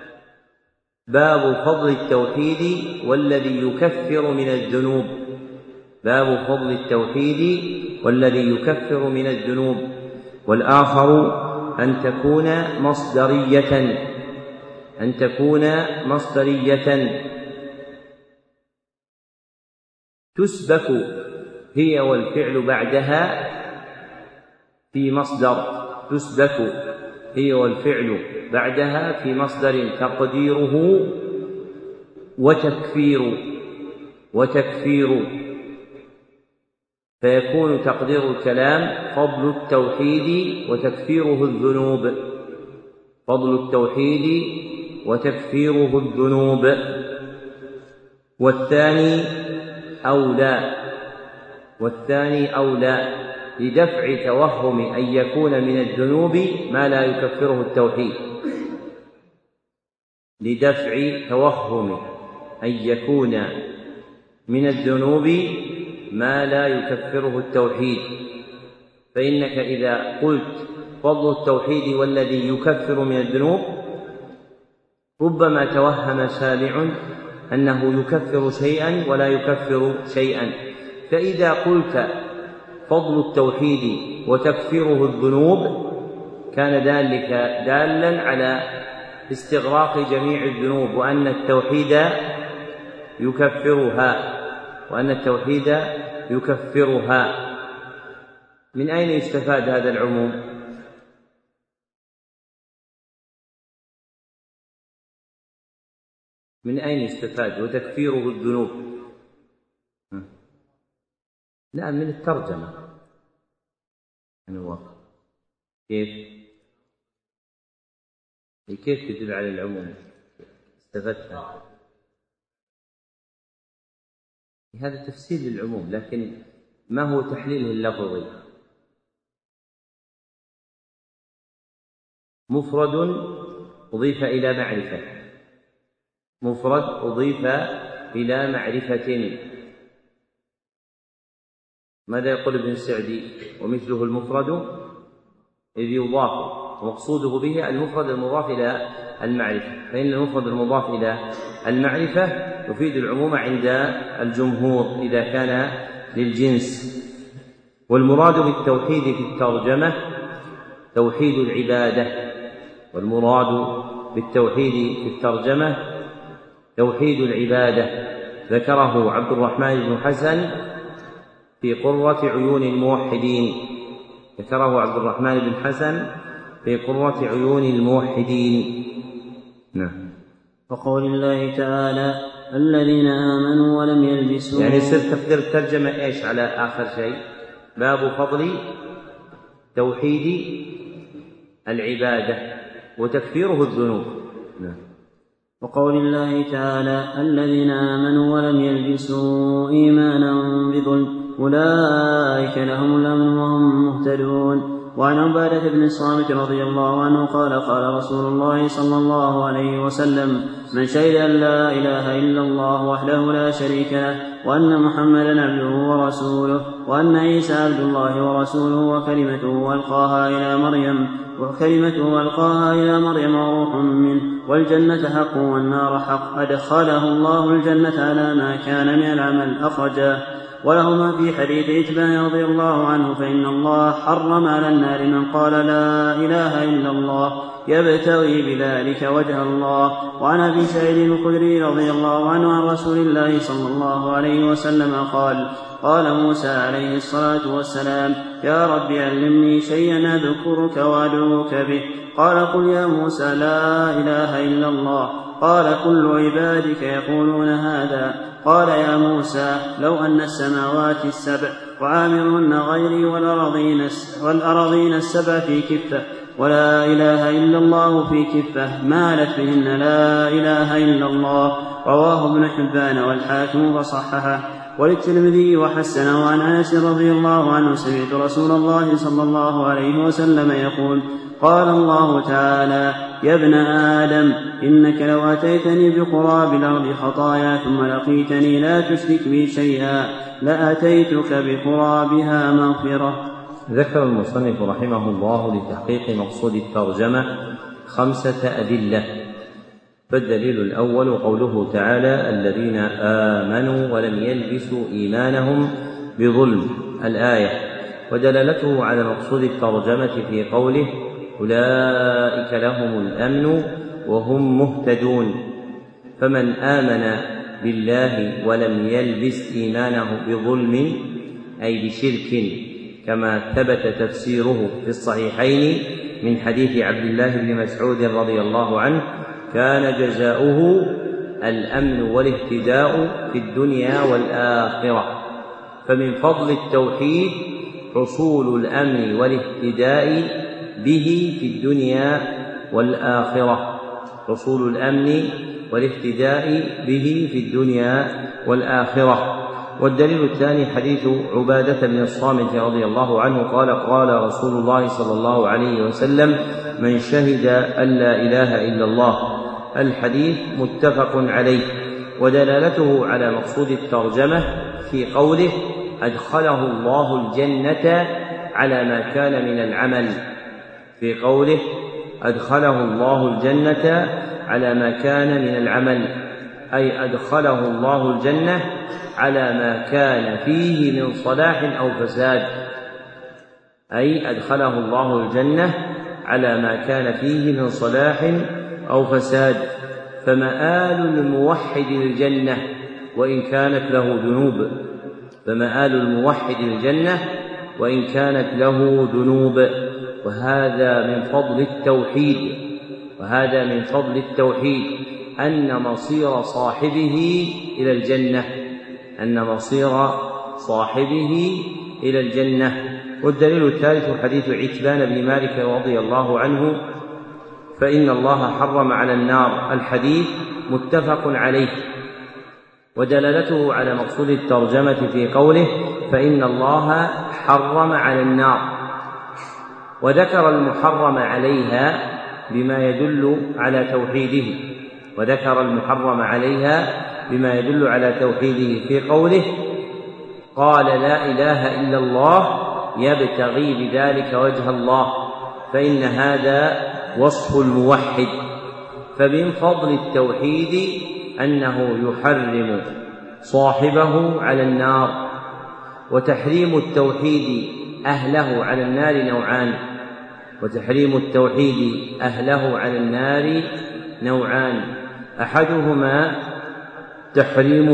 باب فضل التوحيد والذي يكفر من الذنوب. باب فضل التوحيد والذي يكفر من الذنوب. والآخر أن تكون مصدرية تسبك هي والفعل بعدها في مصدر، تقديره وتكفير، فيكون تقدير الكلام: فضل التوحيد وتكفيره الذنوب. والثاني أولى لدفع توهم أن يكون من الذنوب ما لا يكفره التوحيد، لدفع توهم أن يكون من الذنوب ما لا يكفره التوحيد. فإنك إذا قلت فضل التوحيد والذي يكفر من الذنوب ربما توهم سامع أنه يكفر شيئا ولا يكفر شيئا، فإذا قلت فضل التوحيد وتكفيره الذنوب كان ذلك دالا على استغراق جميع الذنوب، وأن التوحيد يكفرها. من أين يستفاد هذا العموم؟ من أين يستفاد وتكفيره الذنوب؟ لا، من الترجمة. كيف تدل على العموم؟ استفدتها. هذا تفسير للعموم، لكن ما هو تحليله اللفظي؟ مفرد أضيف إلى معرفة. ماذا يقول ابن السعدي؟ ومثله المفرد إذ يضاف، ومقصوده به المفرد المضاف إلى المعرفة، فإن المفرد المضاف إلى المعرفة يفيد العموم عند الجمهور إذا كان للجنس. والمراد بالتوحيد في الترجمة توحيد العبادة. ذكره عبد الرحمن بن حسن في قرة عيون الموحدين. نعم. وقول الله تعالى: الذين آمنوا ولم يلبسوا، يعني يصير تقدير الترجمة إيش على آخر شيء؟ باب فضل توحيد العبادة وتكفيره الذنوب. نعم. وقول الله تعالى: الذين آمنوا ولم يلبسوا إيمانهم بظلم أولئك لهم الأمن وهم مهتدون. وعن عبادة بن الصامت رضي الله عنه قال: قال رسول الله صلى الله عليه وسلم: من شهد أن لا إله إلا الله وحده لا شريك له وأن محمدا عبده ورسوله وأن عيسى عبد الله ورسوله وكلمته ألقاها إلى مريم وروح منه والجنة حق والنار حق أدخله الله الجنة على ما كان من العمل أخرجاه. ولهما في حديث عتبان رضي الله عنه: فإن الله حرم على النار من قال لا إله إلا الله يبتغي بذلك وجه الله. وعن أبي سعيد الخدري رضي الله عنه عن رسول الله صلى الله عليه وسلم قال موسى عليه الصلاة والسلام: يا رب علمني شيئا أذكرك وأدعوك به. قال: قل يا موسى لا إله إلا الله. قال: كل عبادك يقولون هذا. قال: يا موسى لو أن السماوات السبع وعامرهن غيري والأراضين السبع في كفة ولا إله إلا الله في كفة مالت بهن لا إله إلا الله. رواه ابن حبان والحاكم فصححه. وللترمذي وحسنه عن أنس رضي الله عنه سمعت رسول الله صلى الله عليه وسلم يقول: قال الله تعالى: يا ابن آدم إنك لو أتيتني بقراب الأرض خطايا ثم لقيتني لا تشرك بي شيئا لأتيتك بقرابها مغفرة. ذكر المصنف رحمه الله لتحقيق مقصود الترجمة 5 أدلة. فالدليل الأول قوله تعالى: الذين آمنوا ولم يلبسوا إيمانهم بظلم، الآية. ودلالته على مقصود الترجمة في قوله: أولئك لهم الأمن وهم مهتدون. فمن آمن بالله ولم يلبس إيمانه بظلم أي بشرك، كما ثبت تفسيره في الصحيحين من حديث عبد الله بن مسعود رضي الله عنه: كان جزاؤه الأمن والاهتداء في الدنيا والآخرة. فمن فضل التوحيد حصول الأمن والاهتداء به في الدنيا والآخرة، حصول الأمن والاهتداء به في الدنيا والآخرة. والدليل الثاني حديث عبادة بن الصامت رضي الله عنه قال: قال رسول الله صلى الله عليه وسلم: من شهد أن لا إله إلا الله. الحديث متفق عليه. ودلالته على مقصود الترجمة في قوله: أدخله الله الجنة على ما كان من العمل. في قوله: أدخله الله الجنة على ما كان من العمل، أي أدخله الله الجنة على ما كان فيه من صلاح أو فساد، أي أدخله الله الجنة على ما كان فيه من صلاح أو فساد. فمآل الموحد للجنة وإن كانت له ذنوب، فمآل الموحد للجنة وإن كانت له ذنوب. وهذا من فضل التوحيد، وهذا من فضل التوحيد أن مصير صاحبه إلى الجنة، أن مصير صاحبه إلى الجنة. والدليل الثالث حديث عتبان بن مالك رضي الله عنه: فإن الله حرم على النار. الحديث متفق عليه. ودلالته على مقصود الترجمة في قوله: فإن الله حرم على النار. وذكر المحرم عليها بما يدل على توحيده، وذكر المحرم عليها بما يدل على توحيده في قوله: قال لا إله إلا الله يبتغي بذلك وجه الله. فإن هذا وصف الموحد. فمن فضل التوحيد أنه يحرم صاحبه على النار. وتحريم التوحيد أهله على النار نوعان، وتحريم التوحيد أهله على النار نوعان: أحدهما تحريم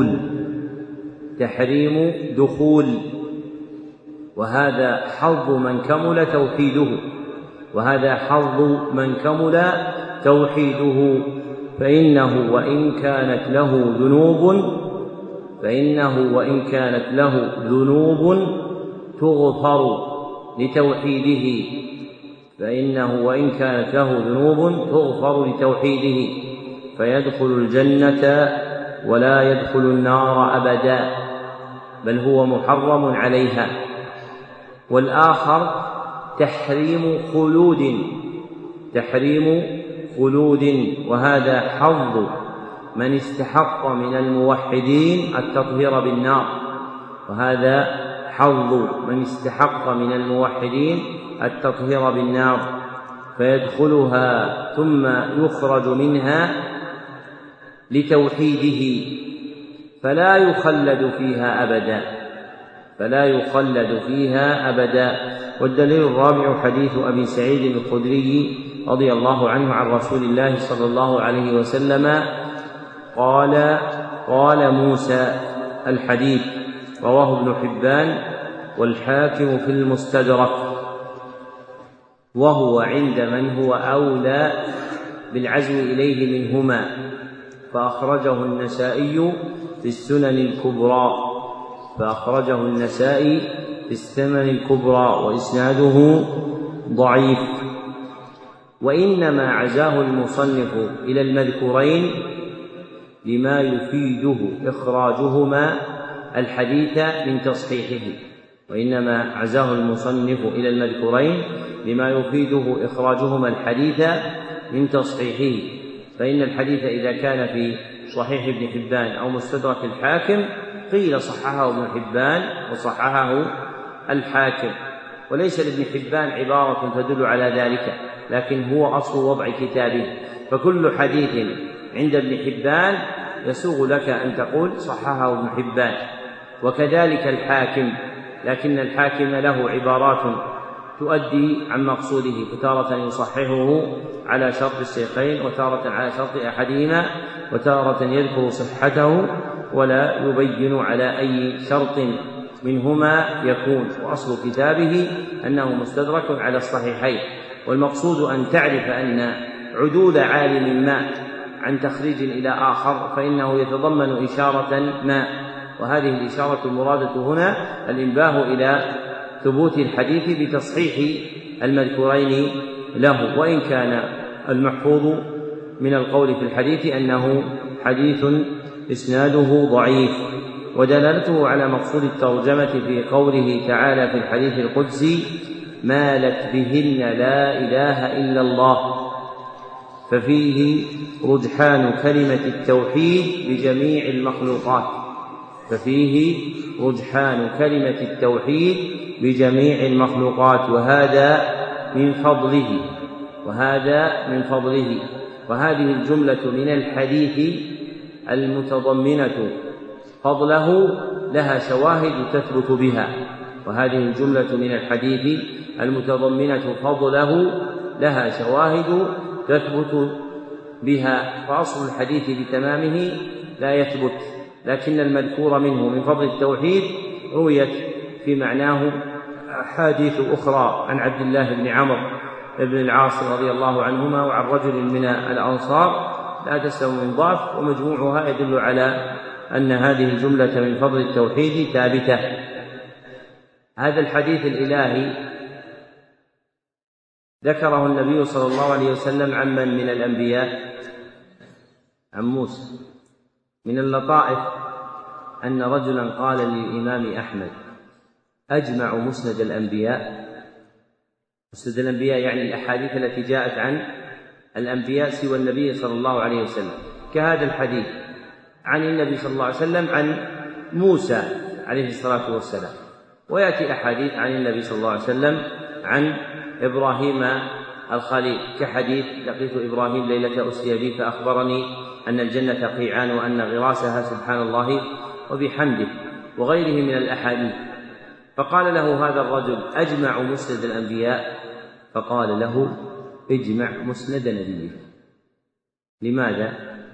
دخول، وهذا حظ من كمل توحيده، وهذا حظ من كمل توحيده. فإنه وإن كانت له ذنوب تغفر لتوحيده، فيدخل الجنة ولا يدخل النار أبدا، بل هو محرم عليها. والآخر تحريم خلود، وهذا حظ من استحق من الموحدين التطهير بالنار، فيدخلها ثم يخرج منها لتوحيده فلا يخلد فيها أبدا. والدليل الرابع حديث أبي سعيد الخدري رضي الله عنه عن رسول الله صلى الله عليه وسلم قال موسى. الحديث رواه ابن حبان والحاكم في المستدرك، وهو عند من هو أولى بالعزو إليه منهما، فأخرجه النسائي في السنن الكبرى وإسناده ضعيف. وإنما عزاه المصنف إلى المذكورين لما يفيده إخراجهما الحديث من تصحيحه، وإنما عزاه المصنف إلى المذكورين لما يفيده إخراجهما الحديث من تصحيحه، فإن الحديث إذا كان في صحيح ابن حبان أو مستدرك الحاكم قيل صححه ابن حبان وصححه الحاكم، وليس لابن حبان عبارة تدل على ذلك، لكن هو أصل وضع كتابه، فكل حديث عند ابن حبان يسوغ لك أن تقول صححه ابن حبان، وكذلك الحاكم، لكن الحاكم له عبارات تؤدي عن مقصوده، فتارة يصححه على شرط الشيخين، وتارة على شرط أحدهما، وتارة يذكر صحته ولا يبين على أي شرط منهما يكون، وأصل كتابه أنه مستدرك على الصحيحين. والمقصود أن تعرف أن عدول عالم ما عن تخريج إلى آخر فإنه يتضمن إشارة ما، وهذه الإشارة المرادة هنا الإنباه إلى ثبوت الحديث بتصحيح المذكورين له، وإن كان المحفوظ من القول في الحديث أنه حديث إسناده ضعيف. ودلالته على مقصود الترجمة في قوله تعالى في الحديث القدسي: مالت بهن لا إله إلا الله، ففيه رجحان كلمة التوحيد بجميع المخلوقات، ففيه رجحان كلمة التوحيد بجميع المخلوقات، وهذا من فضله. وهذه الجملة من الحديث المتضمنة فضله لها شواهد تثبت بها، وهذه الجملة من الحديث المتضمنة فضله لها شواهد تثبت بها، فأصل الحديث بتمامه لا يثبت، لكن المذكور منه من فضل التوحيد رويت في معناه أحاديث أخرى عن عبد الله بن عمرو بن العاص رضي الله عنهما وعن رجل من الأنصار لا تسلم من ضعف، ومجموعها يدل على أن هذه الجملة من فضل التوحيد ثابتة. هذا الحديث الإلهي ذكره النبي صلى الله عليه وسلم عن من الأنبياء؟ عن موسى. من اللطائف أن رجلا قال للإمام أحمد: أجمع مسند الأنبياء. مسند الأنبياء يعني الأحاديث التي جاءت عن الأنبياء سوى النبي صلى الله عليه وسلم، كهذا الحديث عن النبي صلى الله عليه وسلم عن موسى عليه الصلاة والسلام، ويأتي أحاديث عن النبي صلى الله عليه وسلم عن إبراهيم الخليل، كحديث: لقيت إبراهيم ليلة أسري بي فأخبرني أن الجنة قيعان وأن غراسها سبحان الله وبحمده، وغيره من الأحاديث. فقال له هذا الرجل: أجمع مسند الأنبياء؟ فقال له: اجمع مسند نبيه. لماذا؟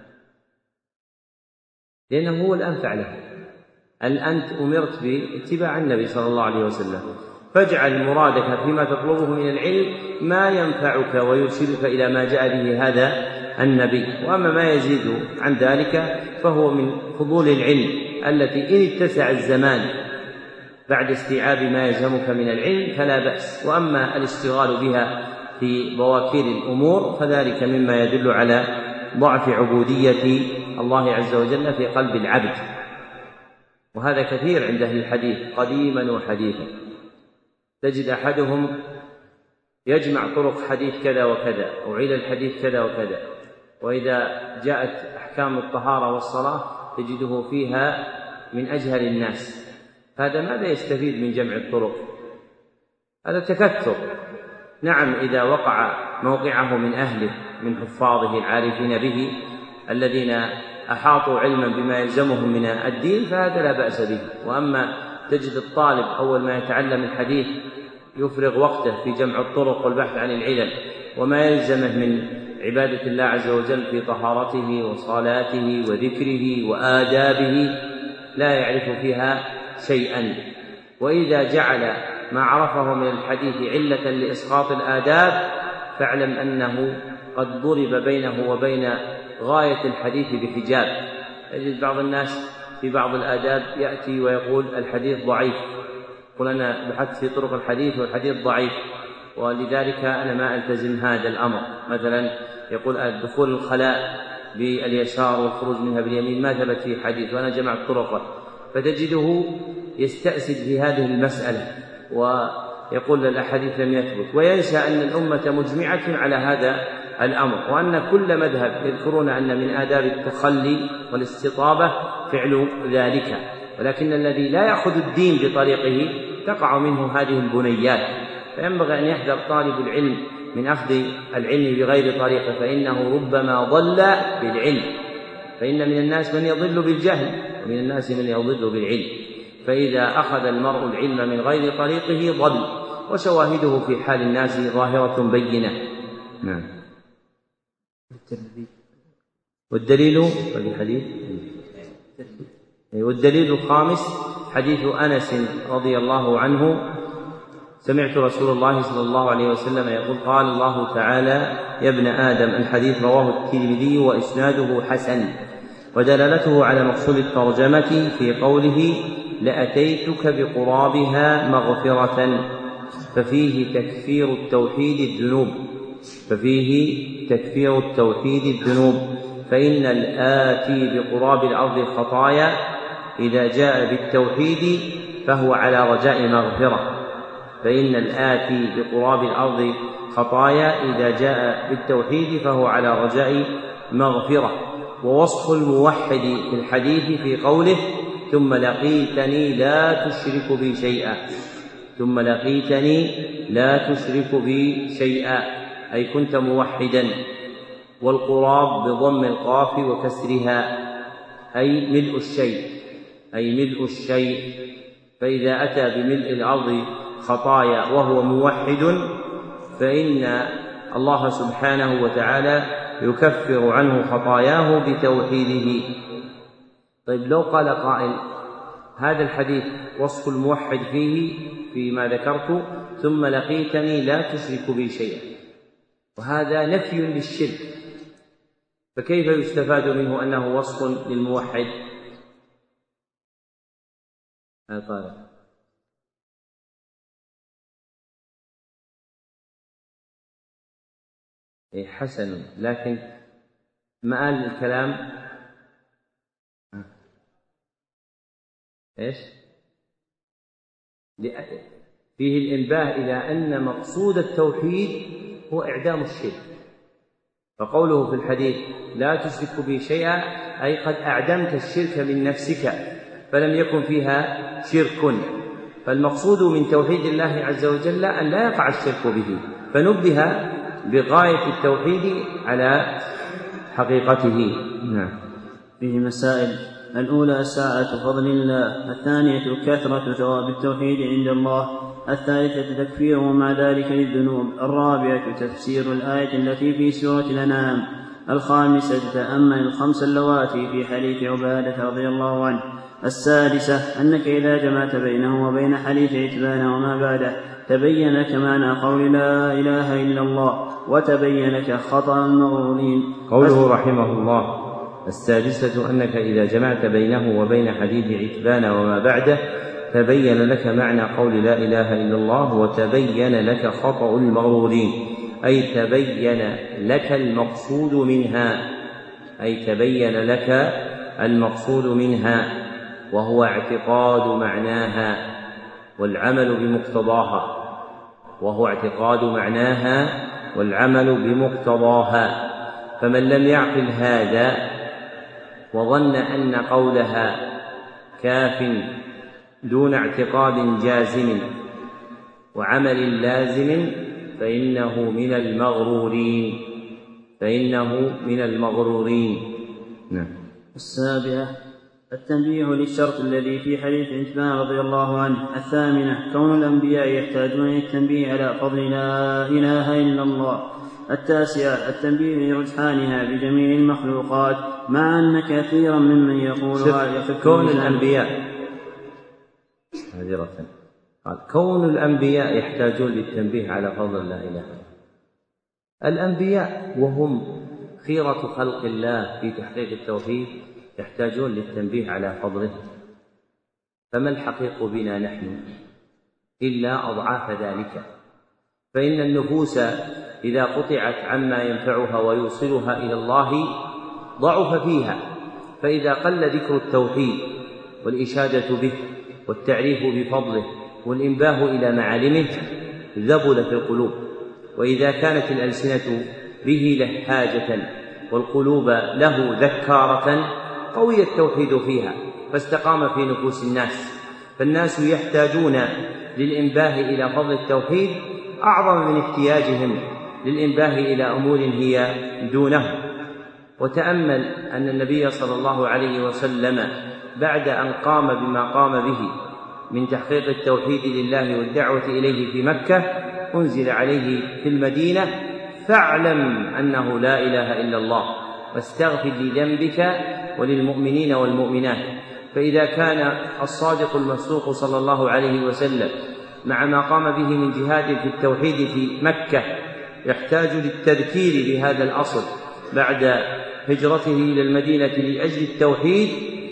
لأنه هو الأنفع له. أنت أمرت باتباع النبي صلى الله عليه وسلم، فاجعل مرادك فيما تطلبه من العلم ما ينفعك ويرشدك إلى ما جاء به هذا النبي، وأما ما يزيد عن ذلك فهو من فضول العلم التي إن اتسع الزمان بعد استيعاب ما يلزمك من العلم فلا بأس، وأما الاشتغال بها في بواكير الأمور فذلك مما يدل على ضعف عبودية الله عز وجل في قلب العبد، وهذا كثير عند أهل الحديث قديما وحديثا. تجد أحدهم يجمع طرق حديث كذا وكذا أو علل الحديث كذا وكذا، وإذا جاءت أحكام الطهارة والصلاة تجده فيها من أجهل الناس. هذا ماذا يستفيد من جمع الطرق؟ هذا تكثر. نعم، إذا وقع موقعه من أهله من حفاظه العارفين به الذين أحاطوا علما بما يلزمهم من الدين فهذا لا بأس به. وأما تجد الطالب أول ما يتعلم الحديث يفرغ وقته في جمع الطرق والبحث عن العلل وما يلزمه من عبادة الله عز وجل في طهارته وصلاته وذكره وآدابه لا يعرف فيها شيئا. وإذا جعل ما عرفه من الحديث علة لإسقاط الآداب فاعلم أنه قد ضرب بينه وبين غاية الحديث بحجاب. يجد بعض الناس في بعض الآداب يأتي ويقول الحديث ضعيف، قل أنا بحثت في طرق الحديث والحديث ضعيف، ولذلك أنا ما ألتزم هذا الأمر. مثلا يقول الدخول الخلاء باليسار والخروج منها باليمين ما ثبت فيه حديث وأنا جمعت طرقه، فتجده يستأسد في هذه المسألة ويقول الأحاديث لم يثبت، وينسى أن الأمة مجمعة على هذا الأمر، وأن كل مذهب يذكرون أن من آداب التخلي والاستطابة فعل ذلك، ولكن الذي لا يأخذ الدين بطريقه تقع منه هذه البنيات. فينبغي أن يحذر طالب العلم من أخذ العلم بغير طريقه، فإنه ربما ضل بالعلم، فإن من الناس من يضل بالجهل ومن الناس من يضل بالعلم، فإذا أخذ المرء العلم من غير طريقه ضل، وشواهده في حال الناس ظاهرة بينة. نعم. والدليل الخامس حديث أنس رضي الله عنه: سمعت رسول الله صلى الله عليه وسلم يقول: قال الله تعالى: يا ابن آدم. الحديث رواه الترمذي وإسناده حسن، ودلالته على مقصود الترجمة في قوله: لأتيتك بقرابها مغفرة، ففيه تكفير التوحيد الذنوب، فإن الآتي بقراب الأرض خطايا إذا جاء بالتوحيد فهو على رجاء مغفرة. ووصف الموحد في الحديث في قوله: ثم لقيتني لا تشرك بي شيئا، أي كنت موحدا. والقراب بضم القاف وكسرها أي ملء الشيء، فإذا أتى بملء الأرض خطايا وهو موحد فإن الله سبحانه وتعالى يكفر عنه خطاياه بتوحيده. طيب، لو قال قائل: هذا الحديث وصف الموحد فيه فيما ذكرت: ثم لقيتني لا تشرك بي شيئا، وهذا نفي للشرك، فكيف يستفاد منه أنه وصف للموحد؟ حسن، لكن مآل الكلام فيه الإنباه إلى أن مقصود التوحيد هو إعدام الشرك، فقوله في الحديث: لا تشرك بي شيئا، أي قد أعدمت الشرك من نفسك فلم يكن فيها شرك، فالمقصود من توحيد الله عز وجل أن لا يقع الشرك به، فنبه بغاية التوحيد على حقيقته. نعم. فيه مسائل: الأولى ساعة فضل الله، الثانية كثرة ثواب التوحيد عند الله، الثالثة تكفيره مع ذلك للذنوب، الرابعة تفسير الآية التي في سورة الأنعام، الخامسة تأمل الخمس اللواتي في حديث عبادة رضي الله عنه، السادسة أنك إذا جمعت بينه وبين حديث عتبان وما بعده تبين لك معنى قول لا إله إلا الله، وتبين لك خطأ المغرورين. قوله رحمه الله: السادسة أنك إذا جمعت بينه وبين حديث عتبان وما بعده تبين لك معنى قول لا إله إلا الله، وتبين لك خطأ المغرورين، أي تبين لك المقصود منها، وهو اعتقاد معناها والعمل بمقتضاها، فمن لم يعقل هذا وظن أن قولها كاف دون اعتقاد جازم وعمل لازم فإنه من المغرورين. نعم. السابعة التنبيه للشرط الذي في حديث عثمان رضي الله عنه. الثامنة كون الأنبياء يحتاجون للتنبيه على فضل لا إله إلا الله. التاسعة التنبيه لرجحانها بجميع المخلوقات، مع أن كثيرا ممن يقولها كون الأنبياء يحتاجون للتنبيه على فضل لا إله. الأنبياء وهم خيرة خلق الله في تحقيق التوحيد يحتاجون للتنبيه على فضله، فما الحقيق بنا نحن إلا أضعاف ذلك، فإن النفوس إذا قطعت عما ينفعها ويوصلها إلى الله ضعف فيها، فإذا قل ذكر التوحيد والإشادة به والتعريف بفضله والإنباه إلى معالمه ذبل في القلوب. وإذا كانت الألسنة به لهاجة والقلوب له ذكارة قوي التوحيد فيها فاستقام في نفوس الناس، فالناس يحتاجون للإنباه إلى فضل التوحيد أعظم من احتياجهم للإنباه إلى أمور هي دونه. وتأمل أن النبي صلى الله عليه وسلم بعد أن قام بما قام به من تحقيق التوحيد لله والدعوة إليه في مكة أنزل عليه في المدينة: فاعلم أنه لا إله إلا الله واستغفر لذنبك وللمؤمنين والمؤمنات. فإذا كان الصادق المصدوق صلى الله عليه وسلم مع ما قام به من جهاد في التوحيد في مكة يحتاج للتذكير بهذا الأصل بعد هجرته إلى المدينة لأجل التوحيد،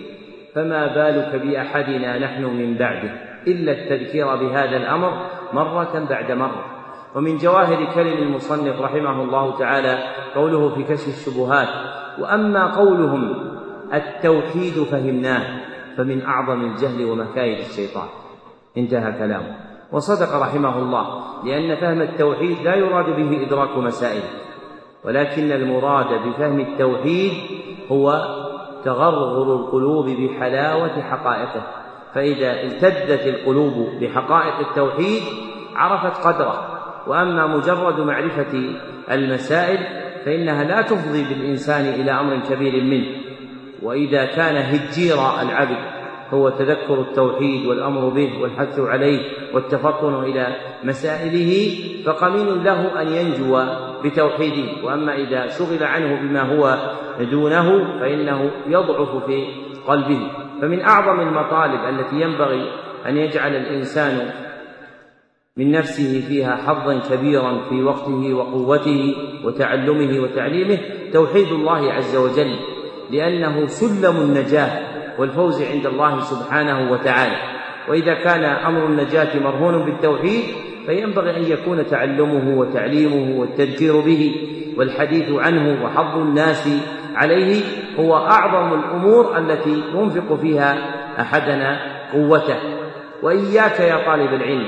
فما بالك بأحدنا نحن من بعده إلا التذكير بهذا الأمر مرة بعد مرة. ومن جواهر كلم المصنف رحمه الله تعالى قوله في كشف الشبهات: وأما قولهم التوحيد فهمناه فمن أعظم الجهل ومكايد الشيطان. انتهى كلامه. وصدق رحمه الله، لأن فهم التوحيد لا يراد به إدراك مسائل، ولكن المراد بفهم التوحيد هو تغرغر القلوب بحلاوة حقائقه، فإذا التذت القلوب بحقائق التوحيد عرفت قدره. وأما مجرد معرفة المسائل فإنها لا تفضي بالإنسان إلى أمر كبير منه. وإذا كان هجير العبد هو تذكر التوحيد والأمر به والحث عليه والتفطن إلى مسائله فقمين له أن ينجو بتوحيده. وأما إذا شغل عنه بما هو دونه فإنه يضعف في قلبه. فمن أعظم المطالب التي ينبغي أن يجعل الإنسان من نفسه فيها حظا كبيرا في وقته وقوته وتعلمه وتعليمه توحيد الله عز وجل، لأنه سلم النجاة والفوز عند الله سبحانه وتعالى. وإذا كان أمر النجاة مرهون بالتوحيد فينبغي أن يكون تعلمه وتعليمه والتذكير به والحديث عنه وحظ الناس عليه هو أعظم الأمور التي ينفق فيها أحدنا قوته. وإياك يا طالب العلم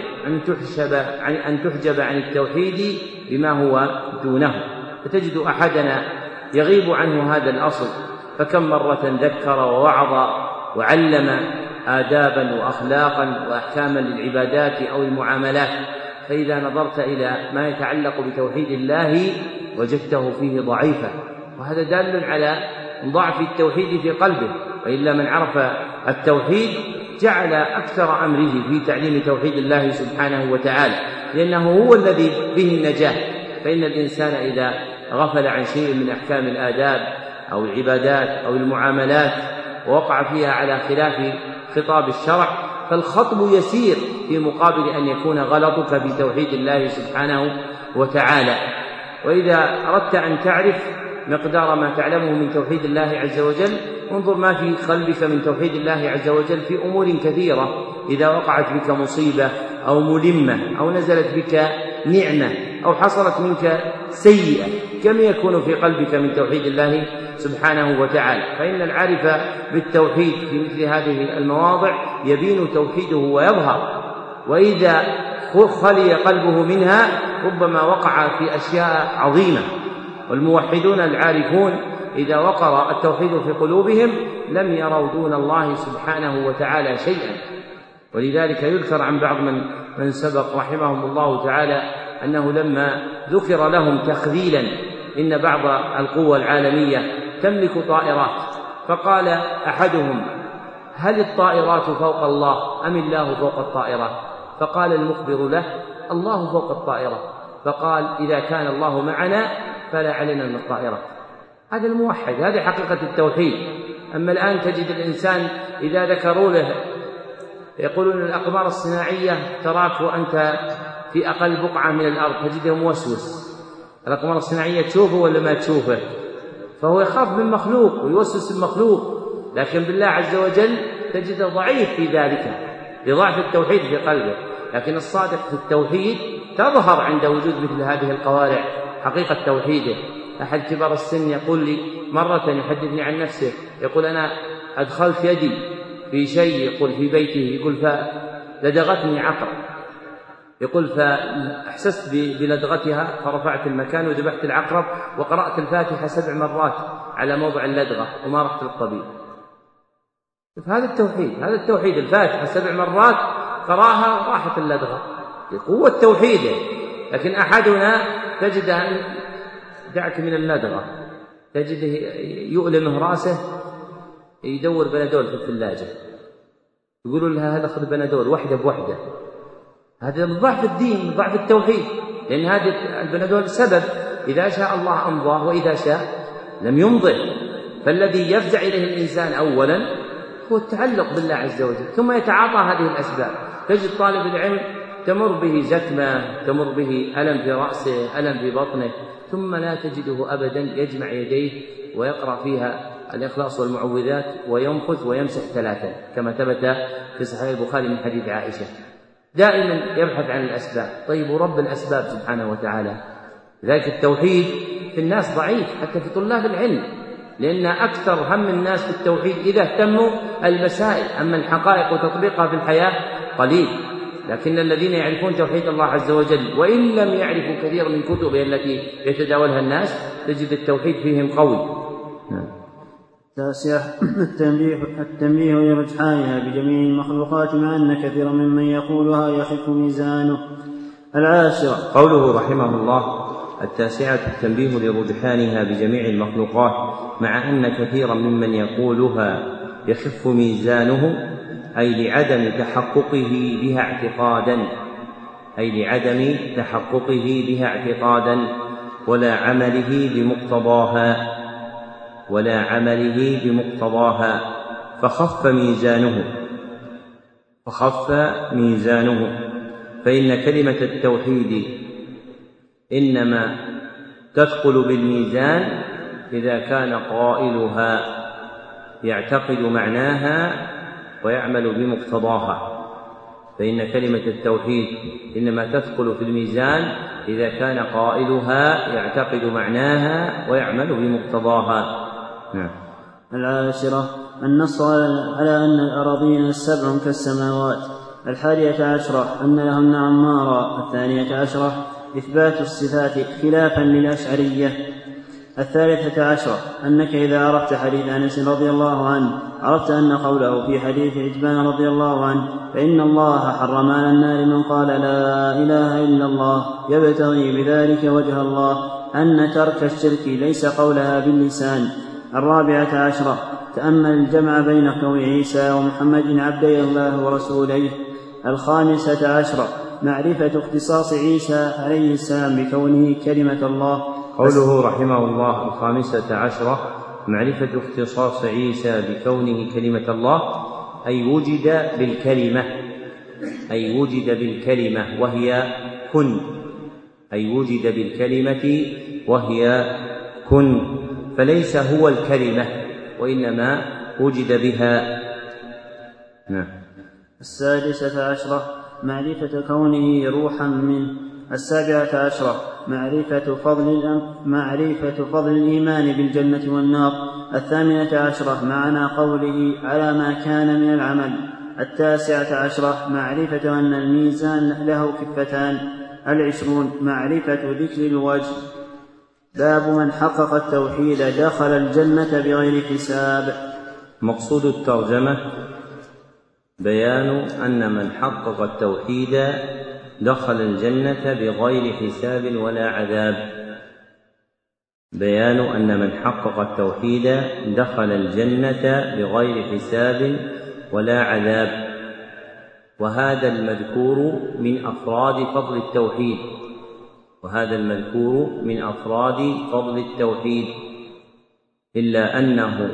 أن تحجب عن التوحيد بما هو دونه، فتجد أحدنا يغيب عنه هذا الأصل، فكم مرة ذكر ووعظ وعلم آدابا وأخلاقا وأحكاما للعبادات أو المعاملات، فإذا نظرت إلى ما يتعلق بتوحيد الله وجدته فيه ضعيفا، وهذا دال على ضعف التوحيد في قلبه. وإلا من عرف التوحيد جعل أكثر أمره في تعليم توحيد الله سبحانه وتعالى، لأنه هو الذي به النجاة. فإن الإنسان إذا غفل عن شيء من أحكام الآداب أو العبادات أو المعاملات ووقع فيها على خلاف خطاب الشرع فالخطب يسير في مقابل أن يكون غلطك في توحيد الله سبحانه وتعالى. وإذا أردت أن تعرف مقدار ما تعلمه من توحيد الله عز وجل انظر ما في قلبك من توحيد الله عز وجل في أمور كثيرة. إذا وقعت بك مصيبة أو ملمة أو نزلت بك نعمة أو حصلت منك سيئة كم يكون في قلبك من توحيد الله سبحانه وتعالى. فإن العارف بالتوحيد في مثل هذه المواضع يبين توحيده ويظهر، وإذا خلي قلبه منها ربما وقع في أشياء عظيمة. والموحدون العارفون إذا وقر التوحيد في قلوبهم لم يروا دون الله سبحانه وتعالى شيئا. ولذلك يذكر عن بعض من سبق رحمهم الله تعالى أنه لما ذكر لهم تخذيلا إن بعض القوى العالمية تملك طائرات، فقال أحدهم: هل الطائرات فوق الله أم الله فوق الطائرات؟ فقال المخبر له: الله فوق الطائرات. فقال: إذا كان الله معنا فلا علينا من الطائرات. هذا الموحد، هذه حقيقة التوحيد. أما الآن تجد الإنسان إذا ذكروا له يقولون الأقمار الصناعية تراك وأنت في أقل بقعة من الأرض تجده موسوس. الأقمار الصناعية تشوفه ولا ما تشوفه؟ فهو يخاف من مخلوق ويوسوس المخلوق، لكن بالله عز وجل تجده ضعيف في ذلك لضعف التوحيد في قلبه. لكن الصادق في التوحيد تظهر عند وجود مثل هذه القوارع حقيقة توحيده. أحد كبار السن يقول لي مرة، يحدثني عن نفسه، يقول أنا أدخلت يدي في شيء، يقول في بيته، يقول فلدغتني عقرب، يقول فأحسست بلدغتها فرفعت المكان وذبحت العقرب وقرأت الفاتحة 7 مرات على موضع اللدغة وما رحت للطبيب. هذا التوحيد، هذا التوحيد، الفاتحة 7 مرات قرأها وراحت اللدغة، قوة توحيده. لكن أحدنا تجده دعك من اللدغة، تجده يؤلمه راسه يدور بنادول في الثلاجة، يقولوا لها هذا خذ بنادول واحدة بوحدة. هذا ضعف الدين، ضعف التوحيد، لأن هذه البنادول سبب، إذا شاء الله أمضاه وإذا شاء لم يمضه. فالذي يفزع إليه الإنسان أولا هو التعلق بالله عز وجل، ثم يتعاطى هذه الأسباب. تجد طالب العلم تمر به زكمة، تمر به ألم في رأسه، ألم في بطنه، ثم لا تجده أبدا يجمع يديه ويقرأ فيها الإخلاص والمعوذات وينفث ويمسح 3 كما ثبت في صحيح البخاري من حديث عائشة. دائما يبحث عن الأسباب. طيب ورب الأسباب سبحانه وتعالى. لذلك التوحيد في الناس ضعيف حتى في طلاب العلم، لأن أكثر هم الناس في التوحيد إذا اهتموا المسائل، أما الحقائق وتطبيقها في الحياة قليل. لكن الذين يعرفون توحيد الله عز وجل وإن لم يعرفوا كثير من كتبه التي يتداولها الناس تجد التوحيد فيهم قوي. 9 التنبيه لرجحانها بجميع المخلوقات مع أن كثيرا ممن يقولها يخف ميزانه. 10 قوله رحمه الله 9 التنبيه لرجحانها بجميع المخلوقات مع أن كثيرا ممن يقولها يخف ميزانه، أي لعدم تحققه بها اعتقادا، أي لعدم تحققه بها اعتقادا ولا عمله بمقتضاها، ولا عمله بمقتضاها، فخف ميزانه. فإن كلمة التوحيد إنما تثقل بالميزان إذا كان قائلها يعتقد معناها ويعمل بمقتضاها. فإن كلمة التوحيد إنما تثقل في الميزان إذا كان قائلها يعتقد معناها ويعمل بمقتضاها. 10 النص على أن الأراضين 7 كالسماوات. 11 أن لهن عمارا. 12 إثبات الصفات خلافا للأشعرية. 13 أنك إذا عرفت حديث أنس رضي الله عنه عرفت أن قوله في حديث عتبان رضي الله عنه فإن الله حرم على النار من قال لا إله إلا الله يبتغي بذلك وجه الله، أن ترك الشرك ليس قولها باللسان. 14 تأمل الجمع بين كون عيسى ومحمد عبدي الله ورسوله. 15 معرفة اختصاص عيسى عليه السلام بكونه كلمة الله. قوله رحمه الله 15 معرفة اختصاص عيسى بكونه كلمة الله، أي وجد بالكلمة وهي كن، أي وجد بالكلمة وهي كن، فليس هو الكلمة وإنما وجد بها. 16 معرفة كونه روحا منه. 17 معرفة فضل الإيمان بالجنة والنار. 18 معنى قوله على ما كان من العمل. 19 معرفة أن الميزان له كفتان. 20 معرفة ذكر الوجه. باب من حقق التوحيد دخل الجنة بغير حساب. مقصود الترجمة بيان أن من حقق التوحيد دخل الجنة بغير حساب ولا عذاب. بيان أن من حقق التوحيد دخل الجنة بغير حساب ولا عذاب. وهذا المذكور من أفراد فضل التوحيد، وهذا المذكور من أفراد فضل التوحيد، إلا أنه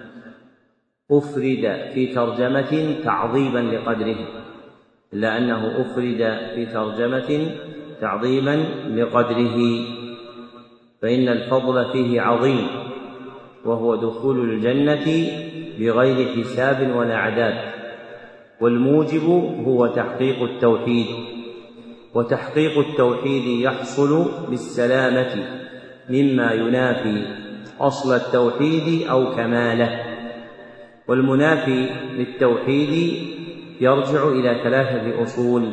أفرد في ترجمة تعظيما لقدره، إلا أنه أفرد في ترجمة تعظيما لقدره، فإن الفضل فيه عظيم، وهو دخول الجنة بغير حساب ولا عذاب، والموجب هو تحقيق التوحيد، وتحقيق التوحيد يحصل بالسلامة مما ينافي أصل التوحيد أو كماله. والمنافي للتوحيد يرجع إلى ثلاثة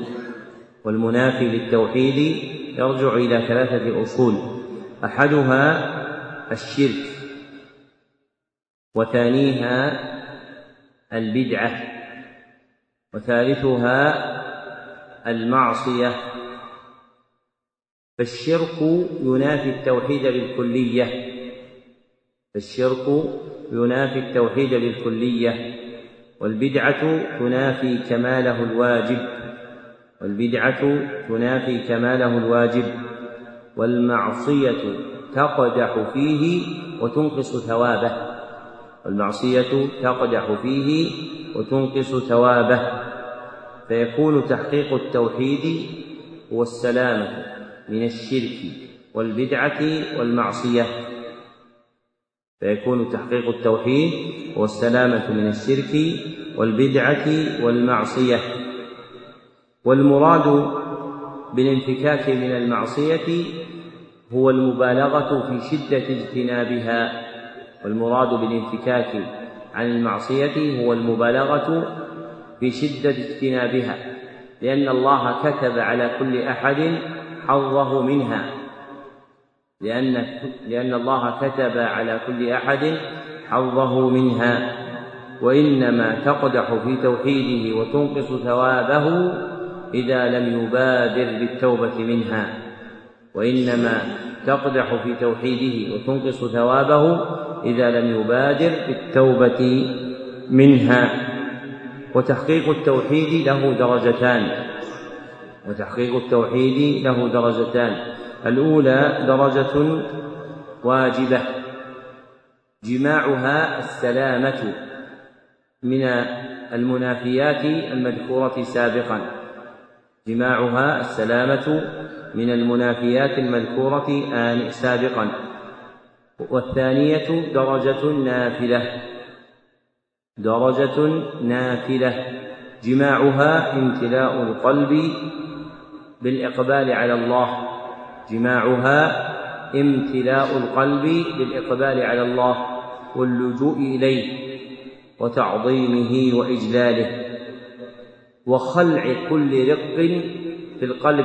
أصول، أحدها الشرك، وثانيها البدعة، وثالثها المعصية. فالشرك ينافي التوحيد بالكلية، والبدعة تنافي كماله الواجب، والمعصية تقدح فيه وتنقص ثوابه، فيكون تحقيق التوحيد هو السلامة من الشرك والبدعة والمعصية. والمراد بالانفكاك من المعصية هو المبالغة في شدة اجتنابها، لأن الله كتب على كل أحد حظه منها، وإنما تقدح في توحيده وتنقص ثوابه إذا لم يبادر بالتوبة منها. وتحقيق التوحيد له درجتان، الأولى درجة واجبة جماعها السلامة من المنافيات المذكورة سابقا، والثانية درجة نافلة جماعها امتلاء القلب بالإقبال على الله واللجوء إليه وتعظيمه وإجلاله، وخلع كل رق في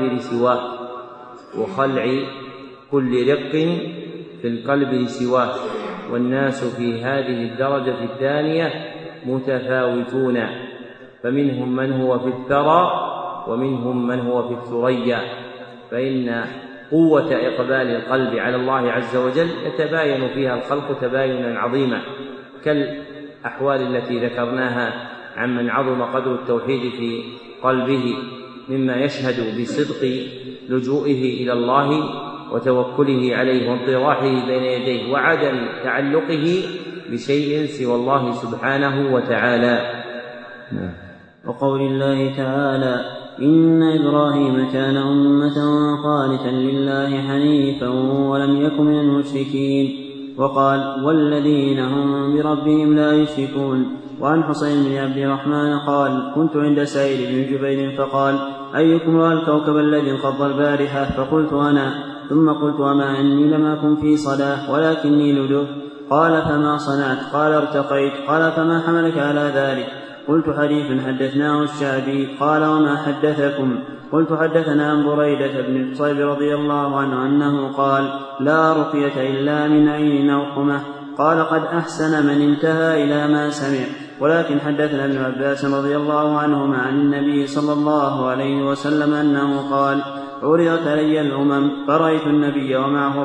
القلب لسواه، والناس في هذه الدرجة الثانية متفاوتون، فمنهم من هو في الثرى ومنهم من هو في الثريا، فإن قوة إقبال القلب على الله عز وجل يتباين فيها الخلق تباينا عظيما، كالأحوال التي ذكرناها عمن عظم قدر التوحيد في قلبه، مما يشهد بصدق لجوئه إلى الله وتوكله عليه وانطراحه بين يديه وعدم تعلقه بشيء سوى الله سبحانه وتعالى. وقول الله تعالى: إن إبراهيم كان أمة قانتا لله حنيفا ولم يكن من المشركين. وقال: والذين هم بربهم لا يشركون. وعن حسين بن عبد الرحمن قال: كنت عند سعيد بن جبير فقال: أيكم رأى الكوكب الذي انقض البارحة؟ فقلت: أنا. ثم قلت: أما أني لم أكن في صلاة ولكني لدغت. قال: فما صنعت؟ قال: ارتقيت. قال: فما حملك على ذلك؟ قلت: حديث حدثناه الشعبي. قال: وما حدثكم؟ قلت: حدثنا عن بريدة بن الحصيب رضي الله عنه أنه قال: لا رقية إلا من عين أو حمى. قال: قد أحسن من انتهى إلى ما سمع. ولكن حدثنا ابن عباس رضي الله عنهما عن النبي صلى الله عليه وسلم أنه قال: عرضت علي الأمم فرأيت النبي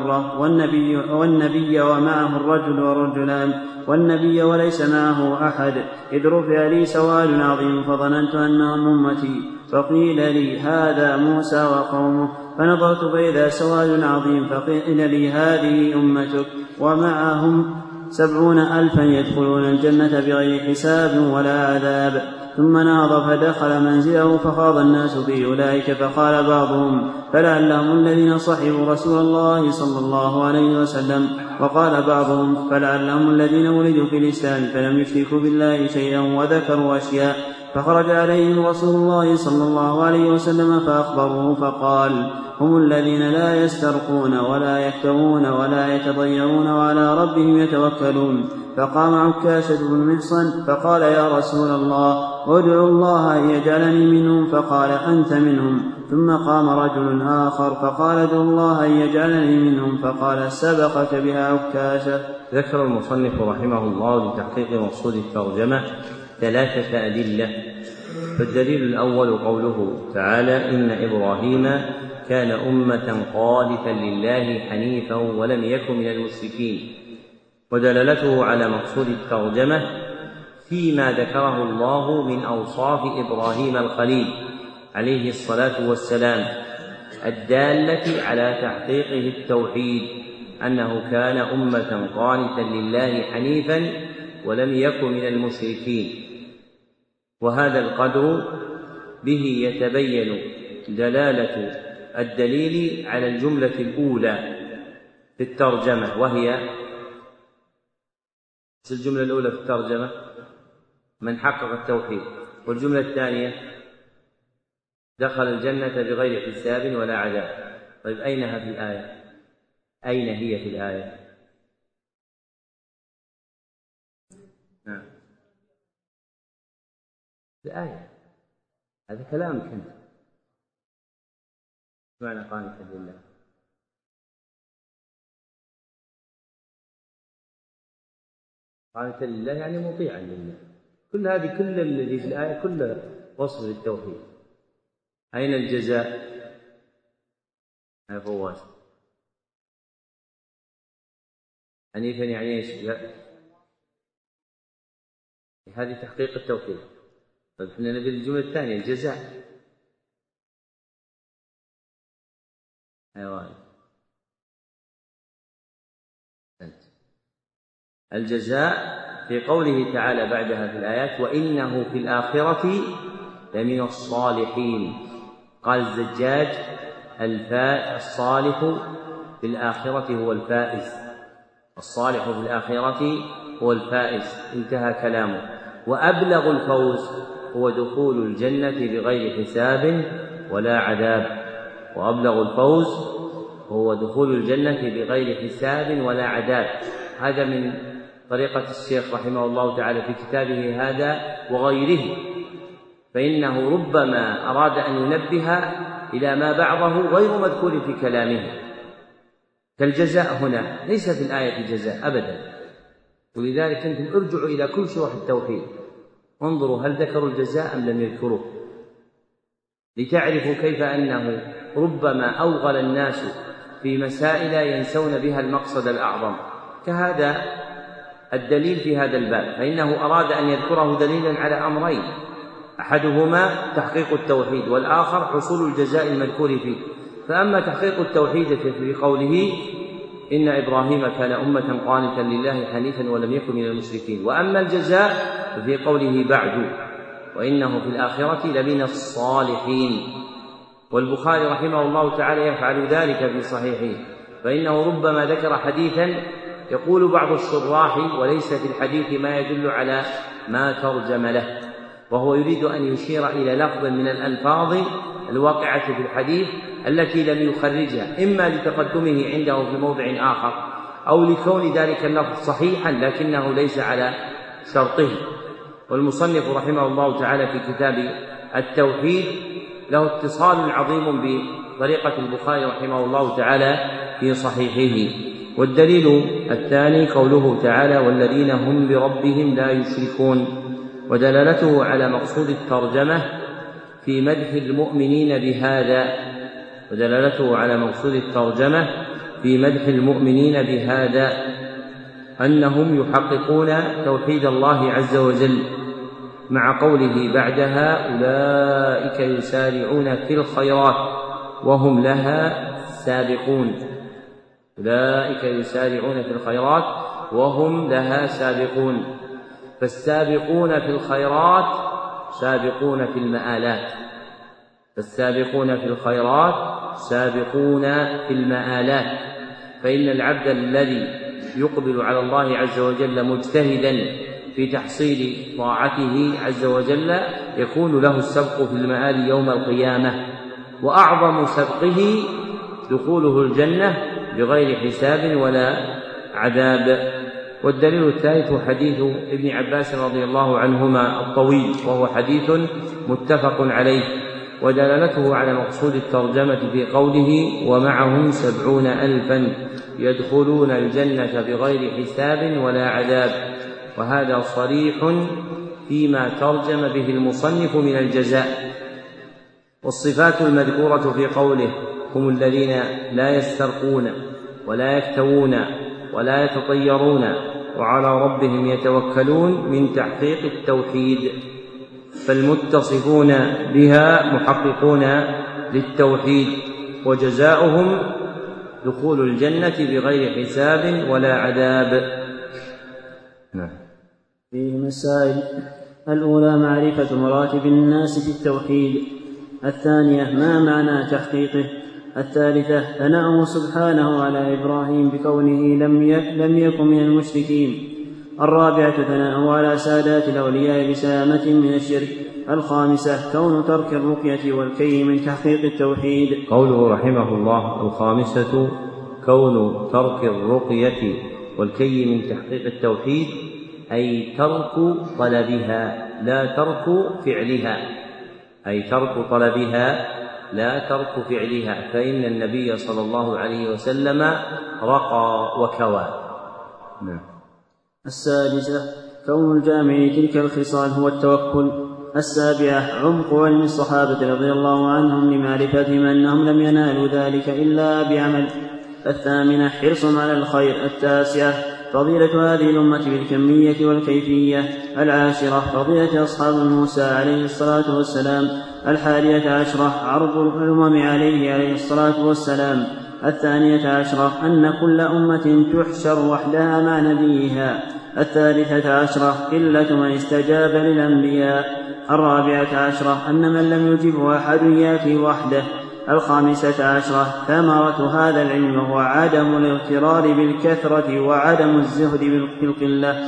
ومعه الرجل ورجلان، والنبي وليس معه أحد، إذ رفع لي سواد عظيم فظننت أنهم أمتي، فقيل لي: هذا موسى وقومه. فنظرت فإذا سواد عظيم، فقيل لي: هذه أمتك ومعهم 70,000 يدخلون الجنة بغير حساب ولا عذاب. ثم نهض فدخل منزله فخاض الناس في أولئك، فقال بعضهم: فلعلهم الذين صحبوا رسول الله صلى الله عليه وسلم. وقال بعضهم: فلعلهم الذين ولدوا في الإسلام فلم يشركوا بالله شيئا، وذكروا أشياء فخرج عليهم رسول الله صلى الله عليه وسلم فأخبروه فقال: هم الذين لا يسترقون ولا يكتوون ولا يتطيرون وعلى ربهم يتوكلون. فقام عكاشة بن محصن فقال: يا رسول الله، ادعو الله أن يجعلني منهم. فقال: أنت منهم. ثم قام رجل آخر فقال: ادعو الله أن يجعلني منهم. فقال: سبقك بها عكاشة. ذكر المصنف رحمه الله لتحقيق مقصود الترجمة 3 أدلة. فالدليل الأول قوله تعالى: إن إبراهيم كان أمة قانتا لله حنيفا ولم يكن من المشركين. ودلالته على مقصود الترجمة فيما ذكره الله من أوصاف إبراهيم الخليل عليه الصلاة والسلام الدالة على تحقيقه التوحيد، أنه كان أمة قانتا لله حنيفا ولم يكن من المشركين. وهذا القدر به يتبين دلالة الدليل على الجملة الأولى في الترجمة، وهي الجملة الأولى في الترجمة: من حقق التوحيد. والجملة الثانية: دخل الجنة بغير حساب ولا عذاب. طيب أين في الآية؟ أين هي في الآية؟ نعم، الآية. هذا كلامك أنت. معنى قانتا لله؟ قانتا لله يعني مطيعا لله. كل الذي في الآية كله وصف للتوحيد. أين الجزاء يا فواز؟ حنيفا يعني ايش؟ هذه تحقيق التوحيد. طيب احنا نبي الجملة الثانية: الجزاء. أيوة، الجزاء في قوله تعالى بعدها في الآيات: وإنه في الآخرة لمن الصالحين. قال الزجاج: الصالح في الآخرة هو الفائز. الصالح في الآخرة هو الفائز. انتهى كلامه. وأبلغ الفوز هو دخول الجنة بغير حساب ولا عذاب. وأبلغ الفوز هو دخول الجنة بغير حساب ولا عذاب. هذا من طريقة الشيخ رحمه الله تعالى في كتابه هذا وغيره، فإنه ربما أراد أن ينبه إلى ما بعضه غير مذكور في كلامه، كالجزاء هنا ليس في الآية جزاء أبدا. ولذلك أنتم ارجعوا إلى كل شروح التوحيد وانظروا هل ذكروا الجزاء أم لم يذكروه، لتعرفوا كيف أنه ربما أوغل الناس في مسائل ينسون بها المقصد الأعظم، كهذا الدليل في هذا الباب، فإنه أراد أن يذكره دليلا على أمرين: أحدهما تحقيق التوحيد، والآخر حصول الجزاء المذكور فيه. فأما تحقيق التوحيد في قوله: إن إبراهيم كان أمة قانتا لله حنيفا ولم يكن من المشركين. وأما الجزاء ففي قوله بعد: وإنه في الآخرة لمن الصالحين. والبخاري رحمه الله تعالى يفعل ذلك في صحيحه، فإنه ربما ذكر حديثا يقول بعض الشراح وليس في الحديث ما يدل على ما ترجم له، وهو يريد أن يشير إلى لفظ من الألفاظ الواقعة في الحديث التي لم يخرجها، إما لتقدمه عنده في موضع آخر أو لكون ذلك اللفظ صحيحا لكنه ليس على شرطه. والمصنف رحمه الله تعالى في كتاب التوحيد له اتصال عظيم بطريقة البخاري رحمه الله تعالى في صحيحه. والدليل الثاني قوله تعالى: والذين هم بربهم لا يشركون. ودلالته على مقصود الترجمة في مدح المؤمنين بهذا، ودلالته على مقصود الترجمة في مدح المؤمنين بهذا أنهم يحققون توحيد الله عز وجل، مع قوله بعدها: أولئك يسارعون في الخيرات وهم لها سابقون. أولئك يسارعون في الخيرات وهم لها سابقون. فالسابقون في الخيرات سابقون في المآلات، فالسابقون في الخيرات سابقون في المآلات. فإن العبد الذي يقبل على الله عز وجل مجتهدا في تحصيل طاعته عز وجل يكون له السبق في المآل يوم القيامة، وأعظم سبقه دخوله الجنة بغير حساب ولا عذاب. والدليل الثالث حديث ابن عباس رضي الله عنهما الطويل، وهو حديث متفق عليه، ودلالته على مقصود الترجمة في قوله ومعهم 70,000 يدخلون الجنة بغير حساب ولا عذاب، وهذا صريح فيما ترجم به المصنف من الجزاء. والصفات المذكورة في قوله هم الذين لا يسترقون ولا يكتوون ولا يتطيرون وعلى ربهم يتوكلون من تحقيق التوحيد، فالمتصفون بها محققون للتوحيد، وجزاؤهم دخول الجنة بغير حساب ولا عذاب. فيه مسائل: الأولى معرفة مراتب الناس في التوحيد، الثانية ما معنى تحقيقه، الثالثة ثناؤه سبحانه على إبراهيم بكونه لم يكن من المشركين، الرابعة ثناؤه على سادات الأولياء بسلامة من الشرك، الخامسة كون ترك الرقية والكي من تحقيق التوحيد. قوله رحمه الله: الخامسة كون ترك الرقية والكي من تحقيق التوحيد، أي ترك طلبها لا ترك فعلها، أي ترك طلبها لا ترك فعلها، فإن النبي صلى الله عليه وسلم رقى وكوى. السادسة كون الجامع تلك الخصال هو التوكل. السابعة عمق علم الصحابة رضي الله عنهم لمعرفتهم أنهم لم ينالوا ذلك إلا بعمل. الثامنة حرص على الخير. التاسعة فضيلة هذه الأمة بالكمية والكيفية. العاشرة فضيلة أصحاب موسى عليه الصلاة والسلام. 11 عرض الأمم عليه الصلاة والسلام. 12 أن كل أمة تحشر وحدها مع نبيها. 13 قلة من استجاب للأنبياء. 14 أن من لم يجبه أحد يأتي وحده. 15 ثمرة هذا العلم هو عدم الاغترار بالكثرة وعدم الزهد في القلة.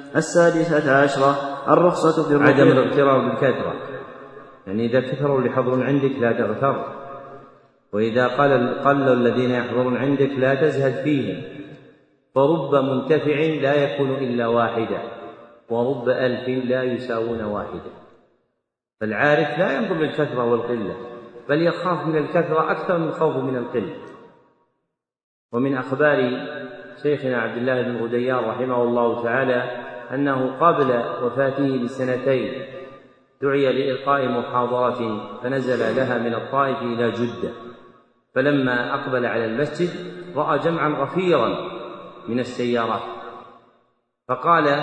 16 الرخصة في الرقية. عدم الاغترار بالكثرة، يعني إذا كثروا اللي يحضرون عندك لا تغتر، وإذا قل الذين يحضرون عندك لا تزهد فيهم، فرب منتفع لا يكون إلا واحدا، ورب 1000 لا يساوون واحدا. فالعارف لا ينظر للكثرة والقلة، بل يخاف من الكثرة أكثر من خوفه من القلة. ومن أخبار شيخنا عبد الله بن غديان رحمه الله تعالى أنه قبل وفاته ب2 دعي لإلقاء محاضرة فنزل لها من الطائف إلى جدة، فلما أقبل على المسجد رأى جمعا غفيرا من السيارات، فقال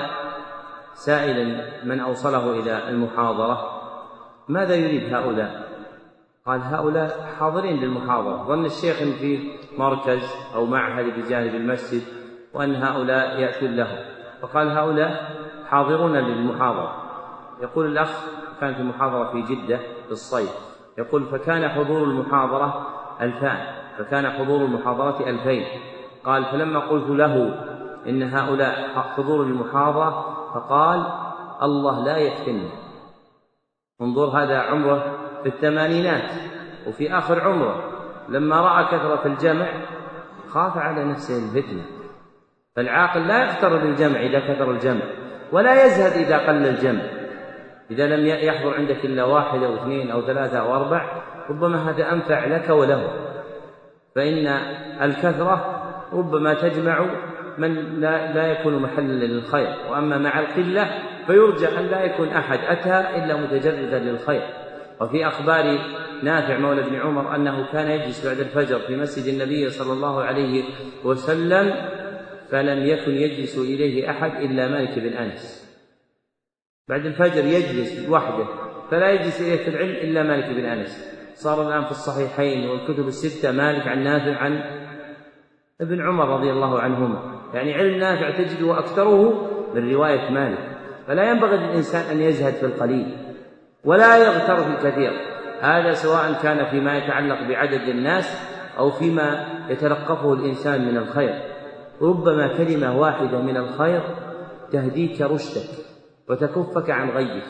سائلا من أوصله إلى المحاضرة: ماذا يريد هؤلاء؟ قال: هؤلاء حاضرين للمحاضرة. ظن الشيخ في مركز أو معهد بجانب المسجد وأن هؤلاء يأتون له، فقال: هؤلاء حاضرون للمحاضرة. يقول الأخ: كان في محاضرة في جدة في الصيف، يقول: فكان حضور المحاضرة 2000، فكان حضور المحاضرة 2000. قال: فلما قلت له إن هؤلاء حضور المحاضرة فقال: الله لا يفتن. انظر، هذا عمره في 80 وفي آخر عمره، لما رأى كثرة الجمع خاف على نفسه الفتنة. فالعاقل لا يغتر بالجمع إذا كثر الجمع، ولا يزهد إذا قل الجمع. إذا لم يحضر عندك إلا 1 أو 2 أو 3 أو 4، ربما هذا أنفع لك وله، فإن الكثرة ربما تجمع من لا يكون محلا للخير، وأما مع القلة فيرجى أن لا يكون أحد أتى إلا متجردا للخير. وفي أخبار نافع مولى بن عمر أنه كان يجلس بعد الفجر في مسجد النبي صلى الله عليه وسلم، فلم يكن يجلس إليه أحد إلا مالك بن أنس. بعد الفجر يجلس وحده، فلا يجلس إليه في العلم إلا مالك بن أنس. صار الآن في الصحيحين والكتب ال6 مالك عن نافع عن ابن عمر رضي الله عنهما، يعني علم نافع تجده أكثره من رواية مالك. فلا ينبغي للإنسان أن يزهد في القليل ولا يغتر في الكثير، هذا سواء كان فيما يتعلق بعدد الناس أو فيما يتلقفه الإنسان من الخير. ربما كلمة واحدة من الخير تهديك رشدك وتكفك عن غيك،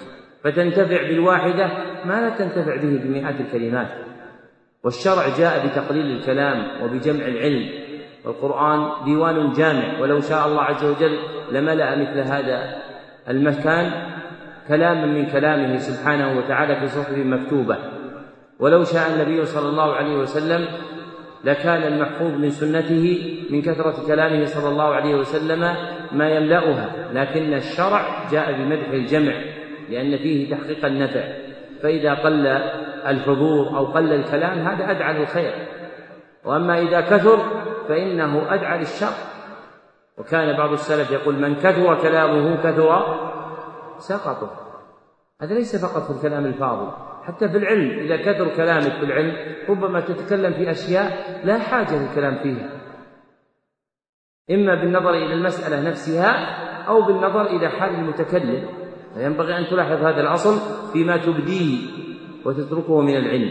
فتنتفع بالواحدة ما لا تنتفع به بمئات الكلمات. والشرع جاء بتقليل الكلام وبجمع العلم، والقرآن ديوان جامع، ولو شاء الله عز وجل لملأ مثل هذا المكان كلاما من كلامه سبحانه وتعالى في صحف مكتوبة. ولو شاء النبي صلى الله عليه وسلم لكان المحفوظ من سنته من كثرة كلامه صلى الله عليه وسلم ما يملأها، لكن الشرع جاء بمدح الجمع لأن فيه تحقيق النفع، فإذا قل الحضور أو قل الكلام هذا أدعى للخير، وأما إذا كثر فإنه أدعى للشر. وكان بعض السلف يقول: من كثر كلامه كثر سقطه. هذا ليس فقط في الكلام الفاضل، حتى في العلم إذا كثر كلامك في العلم ربما تتكلم في أشياء لا حاجة للكلام فيها، إما بالنظر إلى المسألة نفسها أو بالنظر إلى حال المتكلم، فينبغي أن تلاحظ هذا الأصل فيما تبديه وتتركه من العلم.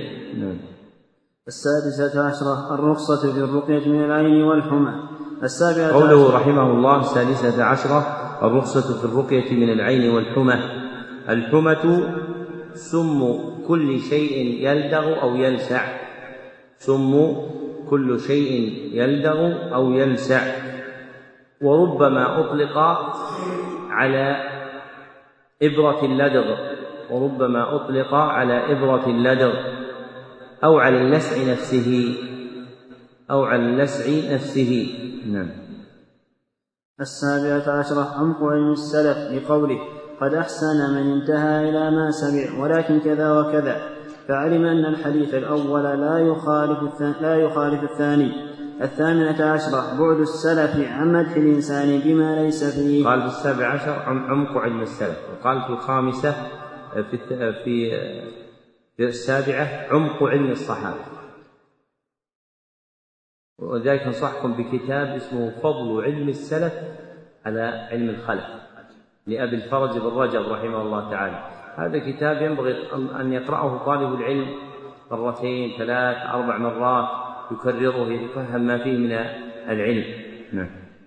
16 الرخصة في الرقية من العين والحمى. 17 قوله رحمه الله 16 الرخصة في الرقية من العين والحمى. الحمة سم كل شيء يلدغ أو يلسع، سم كل شيء يلدغ أو يلسع، وربما أطلق على إبرة اللدغ، وربما أطلق على إبرة اللدغ أو على اللسع نفسه، أو على اللسع نفسه. نعم. 17 عمق علم السلف لقوله: قد أحسن من انتهى إلى ما سمع ولكن كذا وكذا، فعلم أن الحديث الأول لا يخالف الثاني. 18 بعد السلف عن مدح الإنسان بما ليس فيه. قال في 17 عمق علم السلف، وقال في الخامسة في 7 عمق علم الصحابة. وذلك أنصحكم بكتاب اسمه فضل علم السلف على علم الخلف لأبي الفرج بن رجب رحمه الله تعالى. هذا كتاب ينبغي أن يقرأه طالب العلم 2 3 4 مرات، يكرره يتفهم ما فيه من العلم. نعم.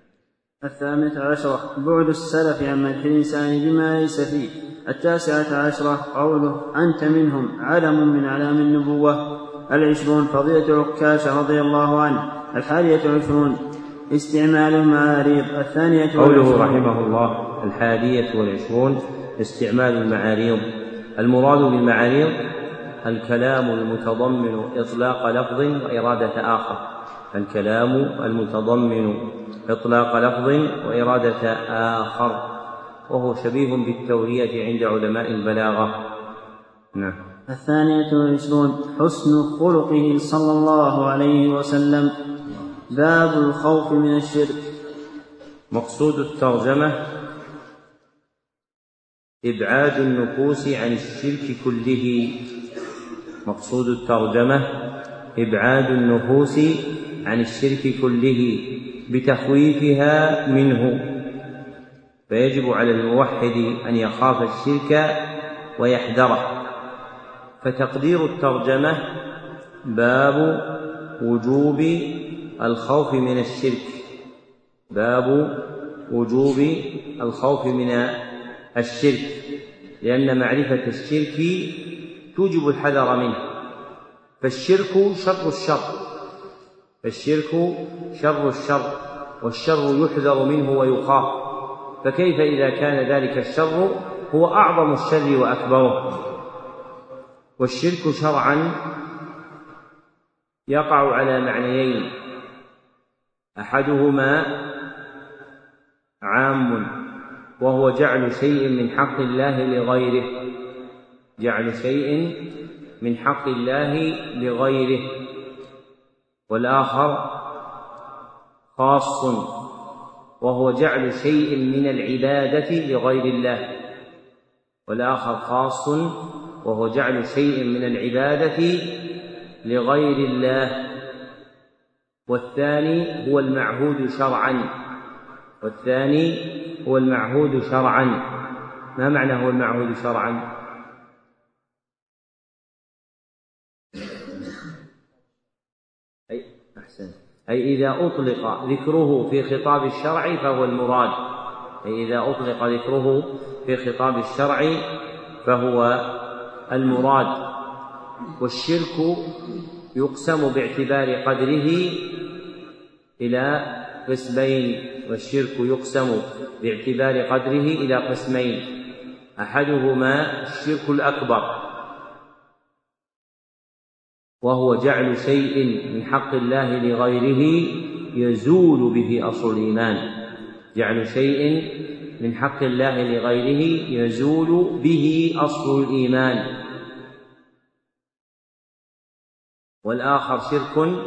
18 بعد السلف عن مدح الإنسان بما ليس فيه. 19 قوله: أنت منهم علم من أعلام النبوة. 20 فضيلة عكاشة رضي الله عنه. 21 استعمال المعاريض. 22 قوله رحمه الله 21 استعمال المعاريض. المراد بالمعاريض الكلام المتضمن إطلاق لفظ وإرادة آخر، الكلام المتضمن إطلاق لفظ وإرادة آخر، وهو شبيه بالتورية عند علماء البلاغة. نعم. 22 حسن خلقه صلى الله عليه وسلم. باب الخوف من الشرك. مقصود الترجمة إبعاد النفوس عن الشرك كله. مقصود الترجمة إبعاد النفوس عن الشرك كله بتخويفها منه، فيجب على الموحد أن يخاف الشرك ويحذره. فتقدير الترجمة باب وجوب الخوف من الشرك، باب وجوب الخوف من الشرك، لأن معرفة الشرك توجب الحذر منه. فالشرك شر الشر، فالشرك شر الشر، والشر يحذر منه ويخاف، فكيف إذا كان ذلك الشر هو أعظم الشر وأكبره؟ والشرك شرعا يقع على معنيين: أحدهما عام وهو جعل شيء من حق الله لغيره، جعل شيء من حق الله لغيره، والآخر خاص وهو جعل شيء من العبادة لغير الله، والآخر خاص وهو جعل شيء من العبادة لغير الله، والثاني هو المعهود شرعا، والثاني هو المعهود شرعا. ما معنى هو المعهود شرعا؟ أي إذا أطلق ذكره في خطاب الشرع فهو المراد، أي إذا أطلق ذكره في خطاب الشرع فهو المراد. والشرك يقسم باعتبار قدره إلى قسمين، والشرك يقسم باعتبار قدره إلى قسمين: أحدهما الشرك الأكبر، وهو جعل شيء من حق الله لغيره يزول به أصل الإيمان، جعل شيء من حق الله لغيره يزول به أصل الإيمان. والآخر شرك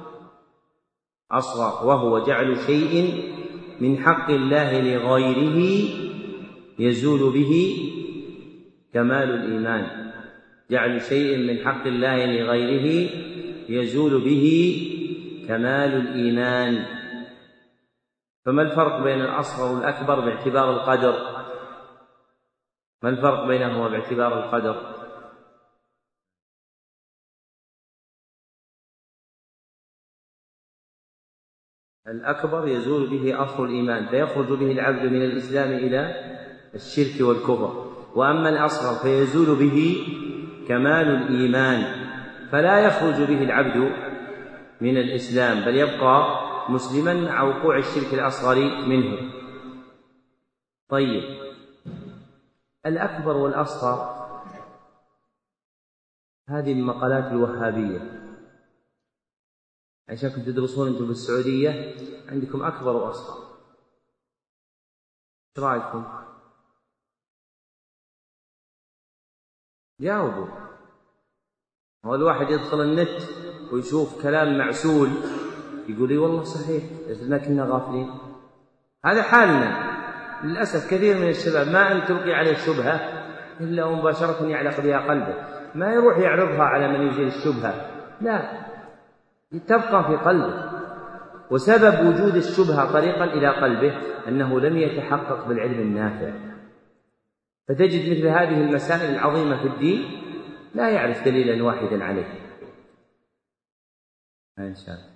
أصغر، وهو جعل شيء من حق الله لغيره يزول به كمال الإيمان، جعل شيء من حق الله لغيره يزول به كمال الإيمان. فما الفرق بين الأصغر والأكبر باعتبار القدر؟ ما الفرق بينهما باعتبار القدر؟ الأكبر يزول به أصل الإيمان فيخرج به العبد من الإسلام إلى الشرك والكفر، وأما الأصغر فيزول به كمال الإيمان فلا يخرج به العبد من الإسلام، بل يبقى مسلما مع وقوع الشرك الأصغر منه. طيب، الأكبر والأصغر هذه من مقالات الوهابية، عشان كنتم تدرسون أنتم في السعودية عندكم أكبر وأصغر، ايش رأيكم؟ جاوبوا. هو الواحد يدخل النت ويشوف كلام معسول يقول لي والله صحيح لكننا غافلين. هذا حالنا للأسف. كثير من الشباب ما أن تلقي عليه شبهة إلا ومباشرة يعلق بها قلبه، ما يروح يعرضها على من يزيل الشبهة، لا، تبقى في قلبه. وسبب وجود الشبهة طريقا إلى قلبه أنه لم يتحقق بالعلم النافع، فتجد مثل هذه المسائل العظيمة في الدين لا يعرف دليلا واحدا عليه. إن شاء الله.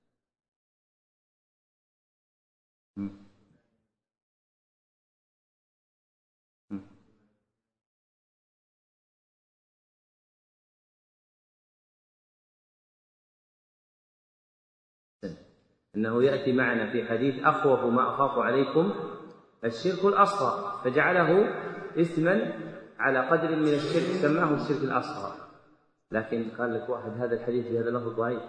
أنه يأتي معنا في حديث: أخوف ما أخاف عليكم الشرك الأصغر، فجعله اسما على قدر من الشرك سماه الشرك الأصغر. لكن قال لك واحد هذا الحديث بهذا اللفظ ضعيف،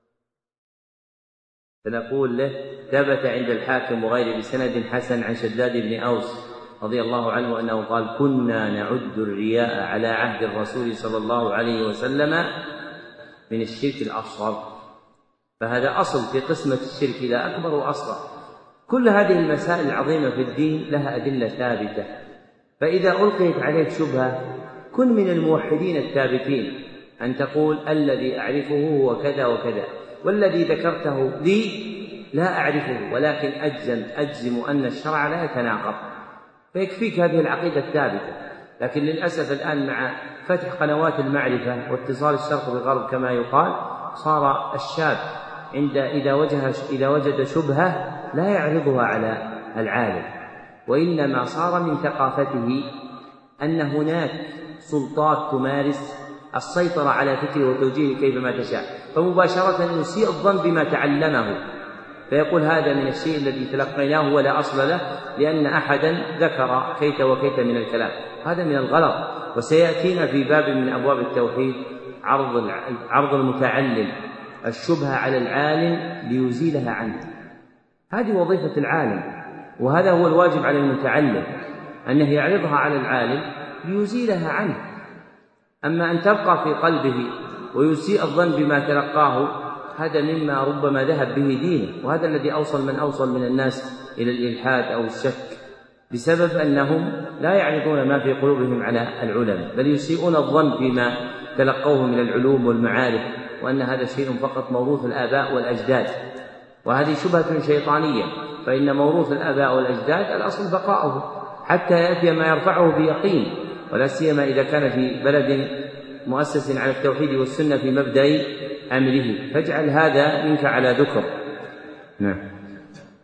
فنقول له: ثبت عند الحاكم وغيره بسند حسن عن شداد بن أوس رضي الله عنه أنه قال: كنا نعد الرياء على عهد الرسول صلى الله عليه وسلم من الشرك الأصغر. فهذا أصل في قسمة الشرك إلى أكبر وأصغر. كل هذه المسائل العظيمة في الدين لها أدلة ثابتة، فإذا ألقيت عليك شبهة كن من الموحدين الثابتين، أن تقول: الذي أعرفه هو كذا وكذا، والذي ذكرته لي لا أعرفه، ولكن أجزم أن الشرع لا يتناقض، فيكفيك هذه العقيدة الثابتة. لكن للأسف الآن مع فتح قنوات المعرفة واتصال الشرق بالغرب كما يقال، صار الشاب إذا وجد شبهة لا يعرضها على العالم، وإنما صار من ثقافته أن هناك سلطات تمارس السيطرة على فكره وتوجيهه كيفما تشاء، فمباشرة يسيء الظن بما تعلمه، فيقول: هذا من الشيء الذي تلقيناه ولا أصل له، لأن أحدا ذكر كيت وكيت من الكلام. هذا من الغلط. وسيأتينا في باب من أبواب التوحيد عرض المتعلم الشبهة على العالم ليزيلها عنه. هذه وظيفة العالم، وهذا هو الواجب على المتعلم، أنه يعرضها على العالم ليزيلها عنه. أما أن تبقى في قلبه ويسيء الظن بما تلقاه، هذا مما ربما ذهب به دينه، وهذا الذي أوصل من الناس إلى الإلحاد أو الشك، بسبب أنهم لا يعرضون ما في قلوبهم على العلماء، بل يسيئون الظن فيما تلقوه من العلوم والمعارف، وأن هذا شيء فقط موروث الآباء والأجداد. وهذه شبهة شيطانية، فإن موروث الآباء والأجداد الأصل بقاؤه حتى يأتي ما يرفعه بيقين، ولا سيما إذا كان في بلد مؤسس على التوحيد والسنة في مبدأ أمره، فاجعل هذا منك على ذكر. نعم.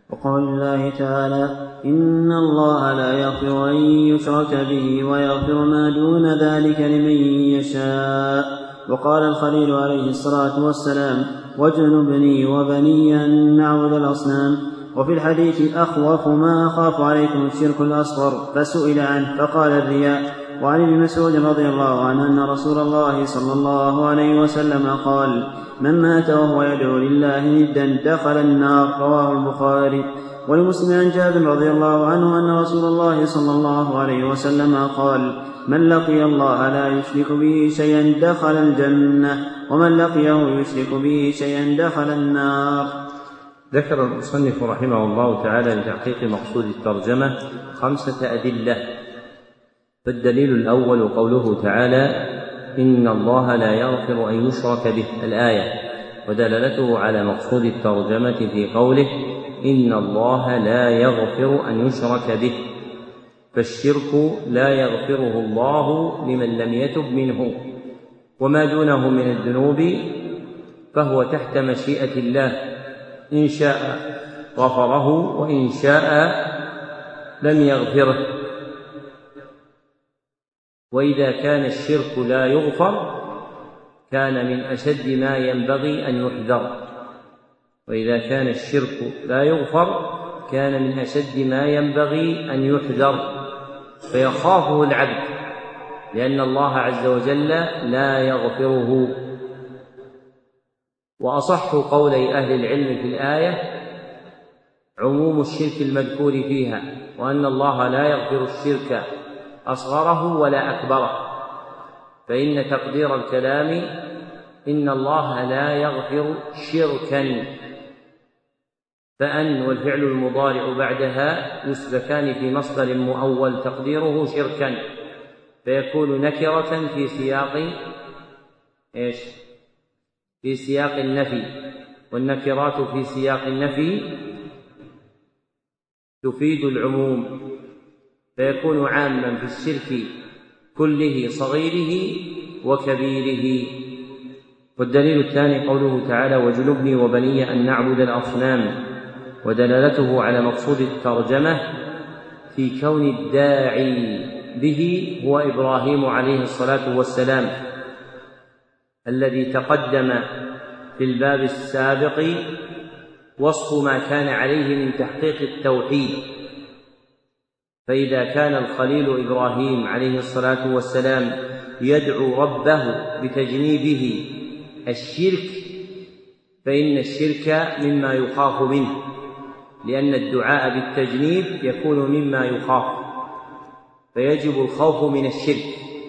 وقول الله تعالى: إن الله لا يغفر أن يشرك به ويغفر ما دون ذلك لمن يشاء. وقال الخليل عليه الصلاة والسلام: واجنبني وبني أن نعبد الأصنام. وفي الحديث: أخوف ما أخاف عليكم الشرك الأصغر، فسئل عنه فقال: الرياء. وعن ابن مسعود رضي الله عنه أن رسول الله صلى الله عليه وسلم قال: من مات وهو يدعو لله ندا دخل النار. رواه البخاري. ولمسلم عن جابر رضي الله عنه أن رسول الله صلى الله عليه وسلم قال: من لقي الله لا يشرك به شيئا دخل الجنة، ومن لقيه يشرك به شيئا دخل النار. ذكر المصنف رحمه الله تعالى لتحقيق مقصود الترجمة 5 أدلة. فالدليل الأول قوله تعالى: إن الله لا يغفر أن يشرك به، الآية، ودلالته على مقصود الترجمة في قوله: إن الله لا يغفر أن يشرك به، فالشرك لا يغفره الله لمن لم يتب منه، وما دونه من الذنوب فهو تحت مشيئة الله، إن شاء غفره وإن شاء لم يغفره. وإذا كان الشرك لا يغفر كان من أشد ما ينبغي أن يحذر، وإذا كان الشرك لا يغفر كان من أشد ما ينبغي أن يحذر، فيخافه العبد، لأن الله عز وجل لا يغفره. وأصح قولي أهل العلم في الآية عموم الشرك المذكور فيها، وأن الله لا يغفر الشرك أصغره ولا أكبره، فإن تقدير الكلام إن الله لا يغفر شركا، فأن والفعل المضارع بعدها يسبكان في مصدر مؤول تقديره شركا، فيكون نكرة في سياق في سياق النفي، والنكرات في سياق النفي تفيد العموم، فيكون عاما في الشرك كله صغيره وكبيره. والدليل الثاني قوله تعالى: واجنبني وبني أن نعبد الأصنام، ودلالته على مقصود الترجمة في كون الداعي به هو إبراهيم عليه الصلاة والسلام، الذي تقدم في الباب السابق وصف ما كان عليه من تحقيق التوحيد. فإذا كان الخليل إبراهيم عليه الصلاة والسلام يدعو ربه بتجنيبه الشرك، فإن الشرك مما يخاف منه، لأن الدعاء بالتجنيب يكون مما يخاف، فيجب الخوف من الشرك.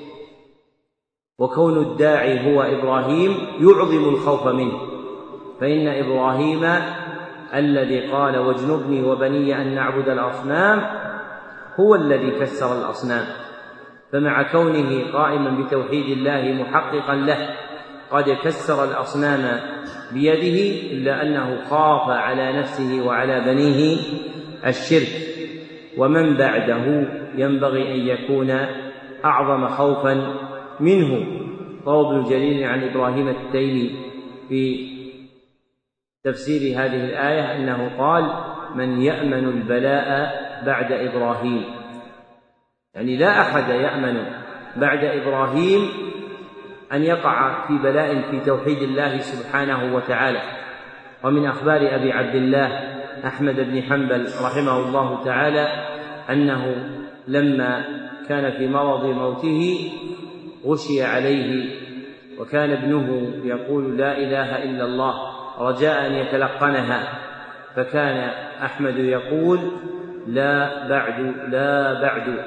وكون الداعي هو إبراهيم يعظم الخوف منه، فإن إبراهيم الذي قال: واجنبني وبني أن نعبد الأصنام، هو الذي كسر الأصنام، فمع كونه قائما بتوحيد الله محققا له قد كسر الأصنام بيده، إلا أنه خاف على نفسه وعلى بنيه الشرك. ومن بعده ينبغي أن يكون أعظم خوفا منه. روى ابن جرير عن إبراهيم التيمي في تفسير هذه الآية أنه قال: من يأمن البلاء بعد إبراهيم، يعني لا أحد يأمن بعد إبراهيم أن يقع في بلاء في توحيد الله سبحانه وتعالى. ومن أخبار أبي عبد الله أحمد بن حنبل رحمه الله تعالى أنه لما كان في مرض موته غشي عليه، وكان ابنه يقول: لا إله إلا الله، رجاء أن يتلقنها، فكان أحمد يقول: لا بعد لا بعد.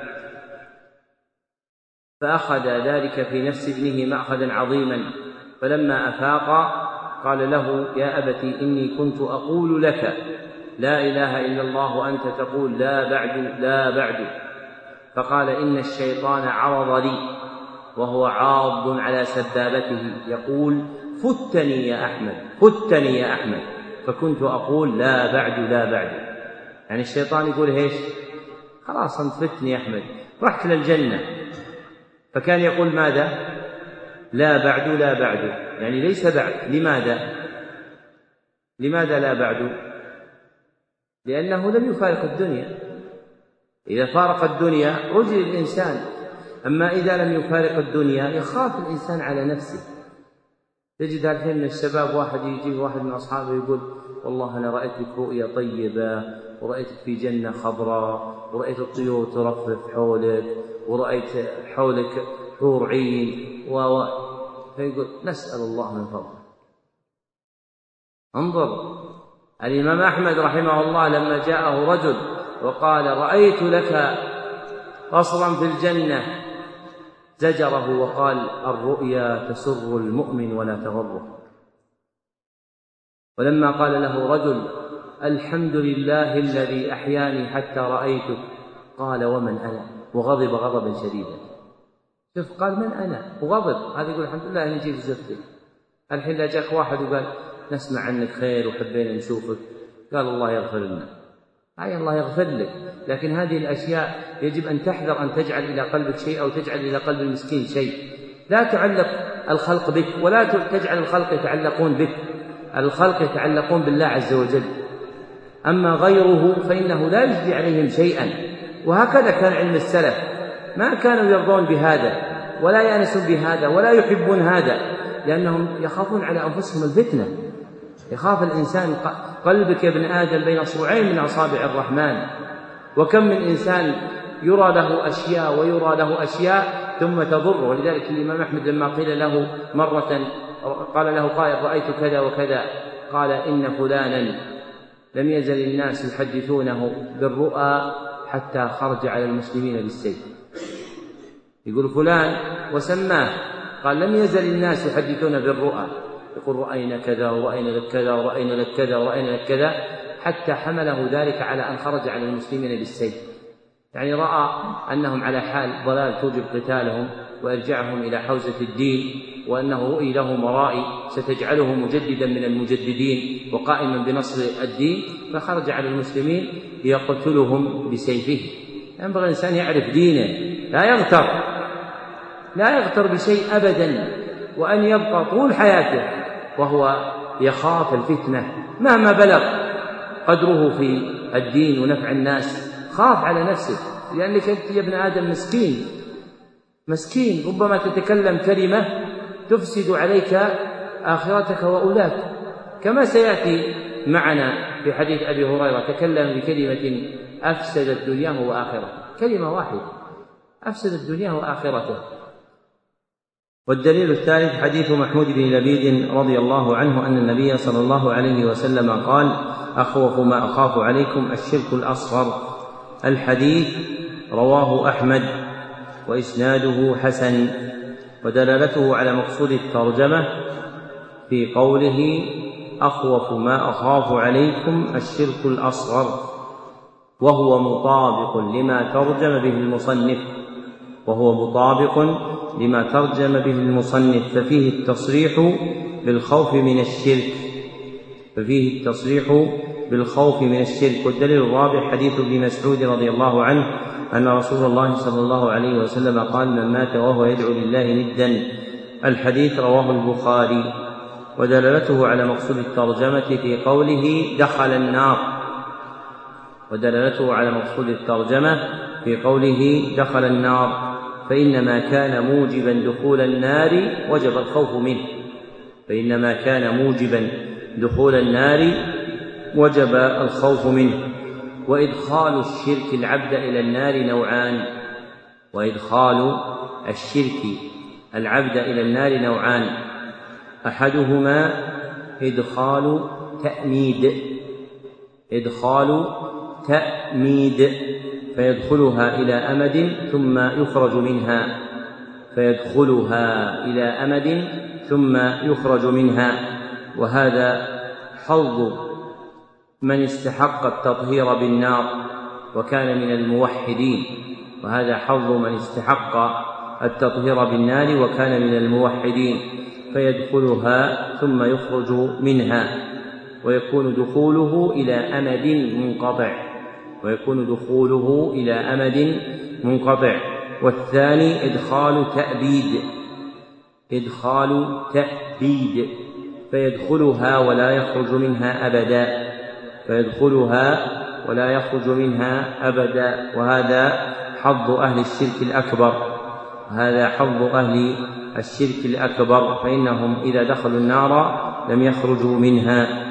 فأخذ ذلك في نفس ابنه مأخذا عظيما، فلما أفاق قال له: يا أبت إني كنت أقول لك لا إله إلا الله وأنت تقول لا بعد لا بعد. فقال: إن الشيطان عرض لي، وهو عاض على سبابته يقول: فتني يا أحمد، فتني يا أحمد، فكنت أقول لا بعد لا بعد. يعني الشيطان يقول: ايش؟ خلاص أنت فتني يا أحمد، رحت للجنة. فكان يقول ماذا؟ لا بعد لا بعد، يعني ليس بعد. لماذا لا بعد؟ لأنه لم يفارق الدنيا. إذا فارق الدنيا رجل الإنسان، أما إذا لم يفارق الدنيا يخاف الإنسان على نفسه. تجد الحين من الشباب واحد يجي واحد من أصحابه يقول والله أنا رأيت لك رؤيا طيبة، ورأيتك في جنة خضراء، ورأيت الطيور ترفرف حولك، ورأيت حولك حور عين فيقول نسأل الله من فضله. انظر الإمام أحمد رحمه الله لما جاءه رجل وقال رأيت لك قصرا في الجنة زجره وقال الرؤيا تسر المؤمن ولا تغره. ولما قال له رجل الحمد لله الذي أحياني حتى رأيتك قال ومن أنا، وغضب غضبا شديدا. شوف قال من أنا وغضب، هذا يقول الحمد لله أني جيت زرتك. الحين لا جاك واحد وقال نسمع عنك خير وحبينا نشوفك، قال الله يغفر لنا. أي الله يغفر لك، لكن هذه الأشياء يجب أن تحذر أن تجعل إلى قلبك شيء أو تجعل إلى قلب المسكين شيء. لا تعلق الخلق بك ولا تجعل الخلق يتعلقون بك، الخلق يتعلقون بالله عز وجل، أما غيره فإنه لا يجدي عليهم شيئا. وهكذا كان علم السلف، ما كانوا يرضون بهذا ولا يأنسون بهذا ولا يحبون هذا، لأنهم يخافون على أنفسهم الفتنة. يخاف الإنسان، قلبك يا ابن آدم بين أصبعين من أصابع الرحمن، وكم من إنسان يرى له أشياء ويرى له أشياء ثم تضر. ولذلك الإمام أحمد لما قيل له مرة، قال له قائل رأيت كذا وكذا، قال إن فلانا لم يزل الناس يحدثونه بالرؤى حتى خرج على المسلمين بالسيف. يقول فلان وسماه، قال لم يزل الناس يحدثون بالرؤى، يقول رأينا كذا ورأينا لك كذا ورأينا لك كذا ورأينا لك كذا، حتى حمله ذلك على أن خرج على المسلمين بالسيف. يعني رأى أنهم على حال ضلال توجب قتالهم وإرجاعهم إلى حوزة الدين، وأنه رؤي له مرائي ستجعله مجددا من المجددين وقائما بنصر الدين، فخرج على المسلمين ليقتلهم بسيفه. ينبغي الإنسان يعرف دينه، لا يغتر بشيء أبدا، وأن يبقى طول حياته وهو يخاف الفتنة مهما بلغ قدره في الدين ونفع الناس. خاف على نفسك، لأنك أنت يا ابن آدم مسكين، ربما تتكلم كلمة تفسد عليك آخرتك وأولاك، كما سيأتي معنا في حديث أبي هريرة تكلم بكلمة أفسدت دنياه وآخرته، كلمة واحدة أفسدت دنياه وآخرته. والدليل الثالث حديث محمود بن لبيد رضي الله عنه أن النبي صلى الله عليه وسلم قال أخوف ما أخاف عليكم الشرك الأصغر. الحديث رواه أحمد وإسناده حسن. ودلالته على مقصود الترجمة في قوله أخوف ما أخاف عليكم الشرك الأصغر، وهو مطابق لما ترجم به المصنف، ففيه التصريح بالخوف من الشرك. والدليل الرابع حديث ابن مسعود رضي الله عنه أن رسول الله صلى الله عليه وسلم قال من مات وهو يدعو لله ندا. الحديث رواه البخاري. ودلالته على مقصود الترجمة في قوله دخل النار، فإنما كان موجبا دخول النار وجب الخوف منه. وإدخال الشرك العبد إلى النار أحدهما إدخال تأميد فيدخلها إلى أمد ثم يخرج منها، وهذا حظ من استحق التطهير بالنار وكان من الموحدين، فيدخلها ثم يخرج منها، ويكون دخوله إلى أمد منقطع. والثاني إدخال تأبيد فيدخلها ولا يخرج منها أبدا، فيدخلها ولا يخرج منها أبدا، وهذا حظ أهل الشرك الأكبر، فإنهم إذا دخلوا النار لم يخرجوا منها.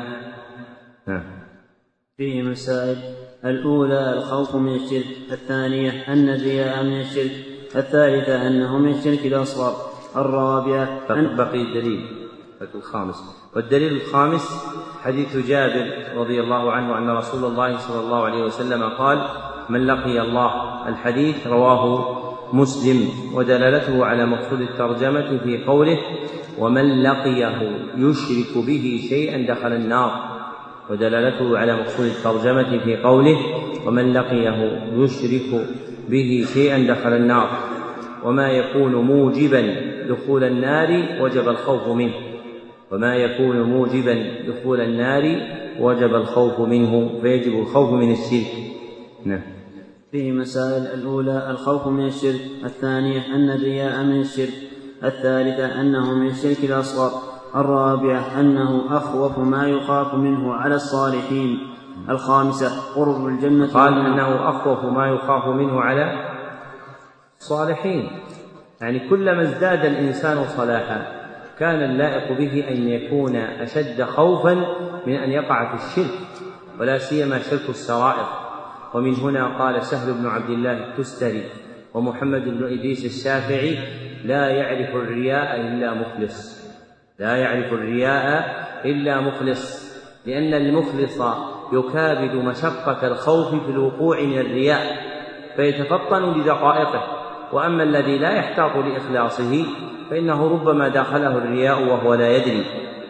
فيه مسائل: الأولى الخوف من الشرك، الثانية أن الرياء من الشرك، الثالثة أنه من الشرك الأصغر، الرابعة بقي الدليل الخامس. والدليل الخامس حديث جابر رضي الله عنه أن رسول الله صلى الله عليه وسلم قال: من لقي الله. الحديث رواه مسلم، ودلالته على مقصود الترجمة في قوله: ومن لقيه يشرك به شيئا دخل النار. ودلالته على مقصود الترجمة في قوله: ومن لقيه يشرك به شيئا دخل النار. وما يكون موجبا دخول النار وجب الخوف منه، فيجب الخوف من الشرك. فيه مسائل: الأولى الخوف من الشرك، الثانية أن الرياء من الشرك، الثالثة أنه من الشرك الأصغر، الرابعة أنه أخوف ما يخاف منه على الصالحين، الخامسة قرب الجنة. قال أنه أخوف ما يخاف منه على الصالحين، يعني كلما ازداد الإنسان صلاحا كان اللائق به أن يكون أشد خوفا من أن يقع في الشرك، ولا سيما شرك السرائر. ومن هنا قال سهل بن عبد الله التستري ومحمد بن إدريس الشافعي: لا يعرف الرياء إلا مخلص، لأن المخلص يكابد مشقة الخوف في الوقوع من الرياء فيتفطن لدقائقه، وأما الذي لا يحتاط لإخلاصه فإنه ربما داخله الرياء وهو لا يدري.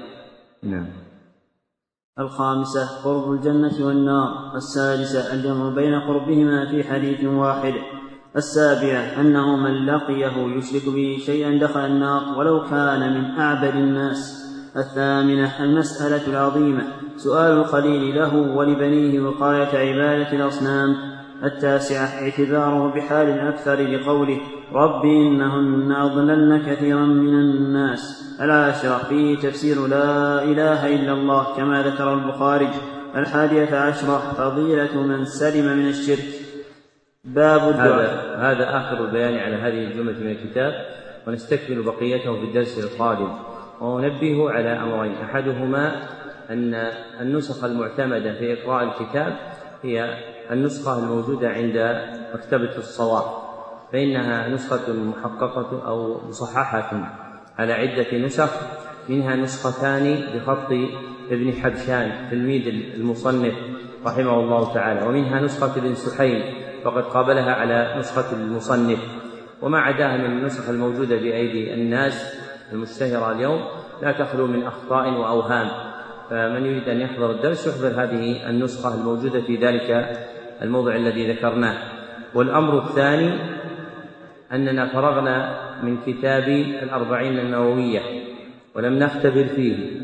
الخامسة قرب الجنة والنار، السادسة الجمع بين قربهما في حديث واحد، السابعة أنه من لقيه يشرك به شيئا دخل النار ولو كان من أعبد الناس، الثامنة المسألة العظيمة سؤال الخليل له ولبنيه وقاية عبادة الأصنام، التاسعة اعتذاره بحال الأكثر لقوله: رب إنهن أضللن كثيرا من الناس، العاشرة فيه تفسير لا إله إلا الله كما ذكر البخاري، 11 فضيلة من سلم من الشرك. باب الدعاء. هذا آخر البيان على هذه الجملة من الكتاب، ونستكمل بقيته في الدرس القادم. وننبه على أمرين: أحدهما أن النسخ المعتمدة في إقراء الكتاب هي النسخة الموجودة عند مكتبة الصواب، فإنها نسخة محققة أو مصححة على عدة نسخ، منها نسختان بخط ابن حبشان تلميذ المصنف رحمه الله تعالى، ومنها نسخة ابن سحيم فقد قابلها على نسخة المصنف، وما عداها من النسخ الموجودة بأيدي الناس المشتهرة اليوم لا تخلو من أخطاء وأوهام، فمن يريد أن يحضر الدرس يحضر هذه النسخة الموجودة في ذلك الموضع الذي ذكرناه. والأمر الثاني أننا فرغنا من كتاب 40 النووية ولم نختبر فيه،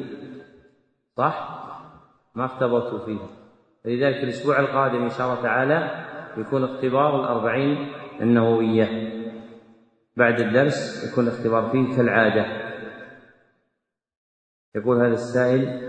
ما اختبرت فيه، لذلك الأسبوع القادم إن شاء الله تعالى يكون اختبار 40 النووية، بعد الدرس يكون الاختبار فيه كالعادة. يقول هذا السائل: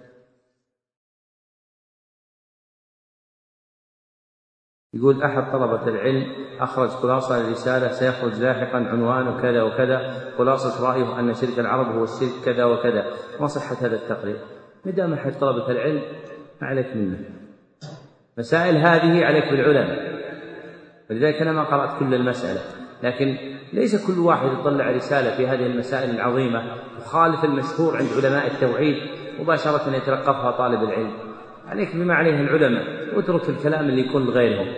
يقول أحد طلبة العلم أخرج خلاصة للرسالة سيخرج لاحقا عنوان كذا وكذا، خلاصة رأيه أن شرك العرب هو الشرك كذا وكذا، ما صحة هذا التقرير؟ مدام أحد طلبة العلم ما عليك منه، مسائل هذه عليك بالعلماء، ولذلك أنا ما قرأت كل المسألة، لكن ليس كل واحد يطلع رسالة في هذه المسائل العظيمة تخالف المشهور عند علماء التوحيد مباشرة يتلقفها طالب العلم، عليك بما عليه العلماء، واترك الكلام اللي يكون لغيرهم.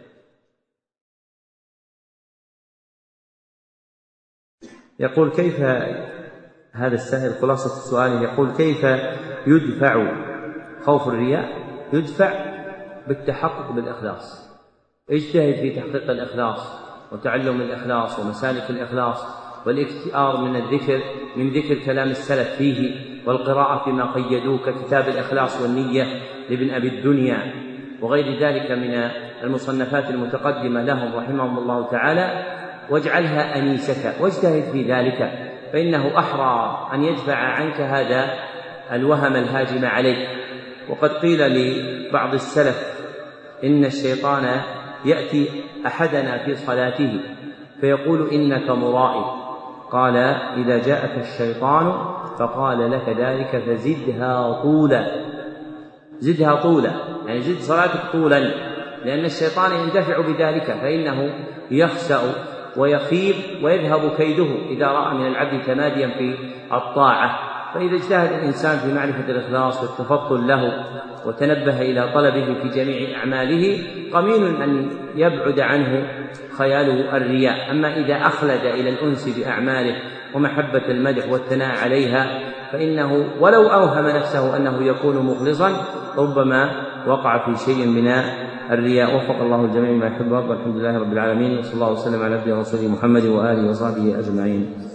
يقول كيف هذا السائل خلاصة سؤاله، يقول: كيف يدفع خوف الرياء؟ يدفع بالتحقق بالإخلاص، اجتهد في تحقيق الإخلاص وتعلم الإخلاص ومسالك الإخلاص، والاكثار من ذكر كلام السلف فيه، والقراءة فيما قيدوه ككتاب الإخلاص والنية لابن أبي الدنيا وغير ذلك من المصنفات المتقدمة لهم رحمهم الله تعالى، واجعلها أنيسك واجتهد في ذلك، فإنه أحرى أن يدفع عنك هذا الوهم الهاجم عليك. وقد قيل لبعض السلف إن الشيطان يأتي أحدنا في صلاته فيقول إنك مرائي، قال إذا جاءك الشيطان فقال لك ذلك فزدها طولا، يعني زد صلاتك طولا، لأن الشيطان يندفع بذلك فإنه يخسأ ويخيب ويذهب كيده إذا رأى من العبد تماديا في الطاعة. فإذا اجتهد الإنسان في معرفة الإخلاص والتفضل له وتنبه إلى طلبه في جميع أعماله قمين أن يبعد عنه خيال الرياء. أما إذا أخلد إلى الأنس بأعماله ومحبة المدح والثناء عليها فإنه ولو أوهم نفسه أنه يكون مخلصا ربما وقع في شيء من الرياء. وفق الله الجميع ما يحب والحمد لله رب العالمين، وصلى الله وسلم على عبده ورسوله محمد وآله وصحبه أجمعين.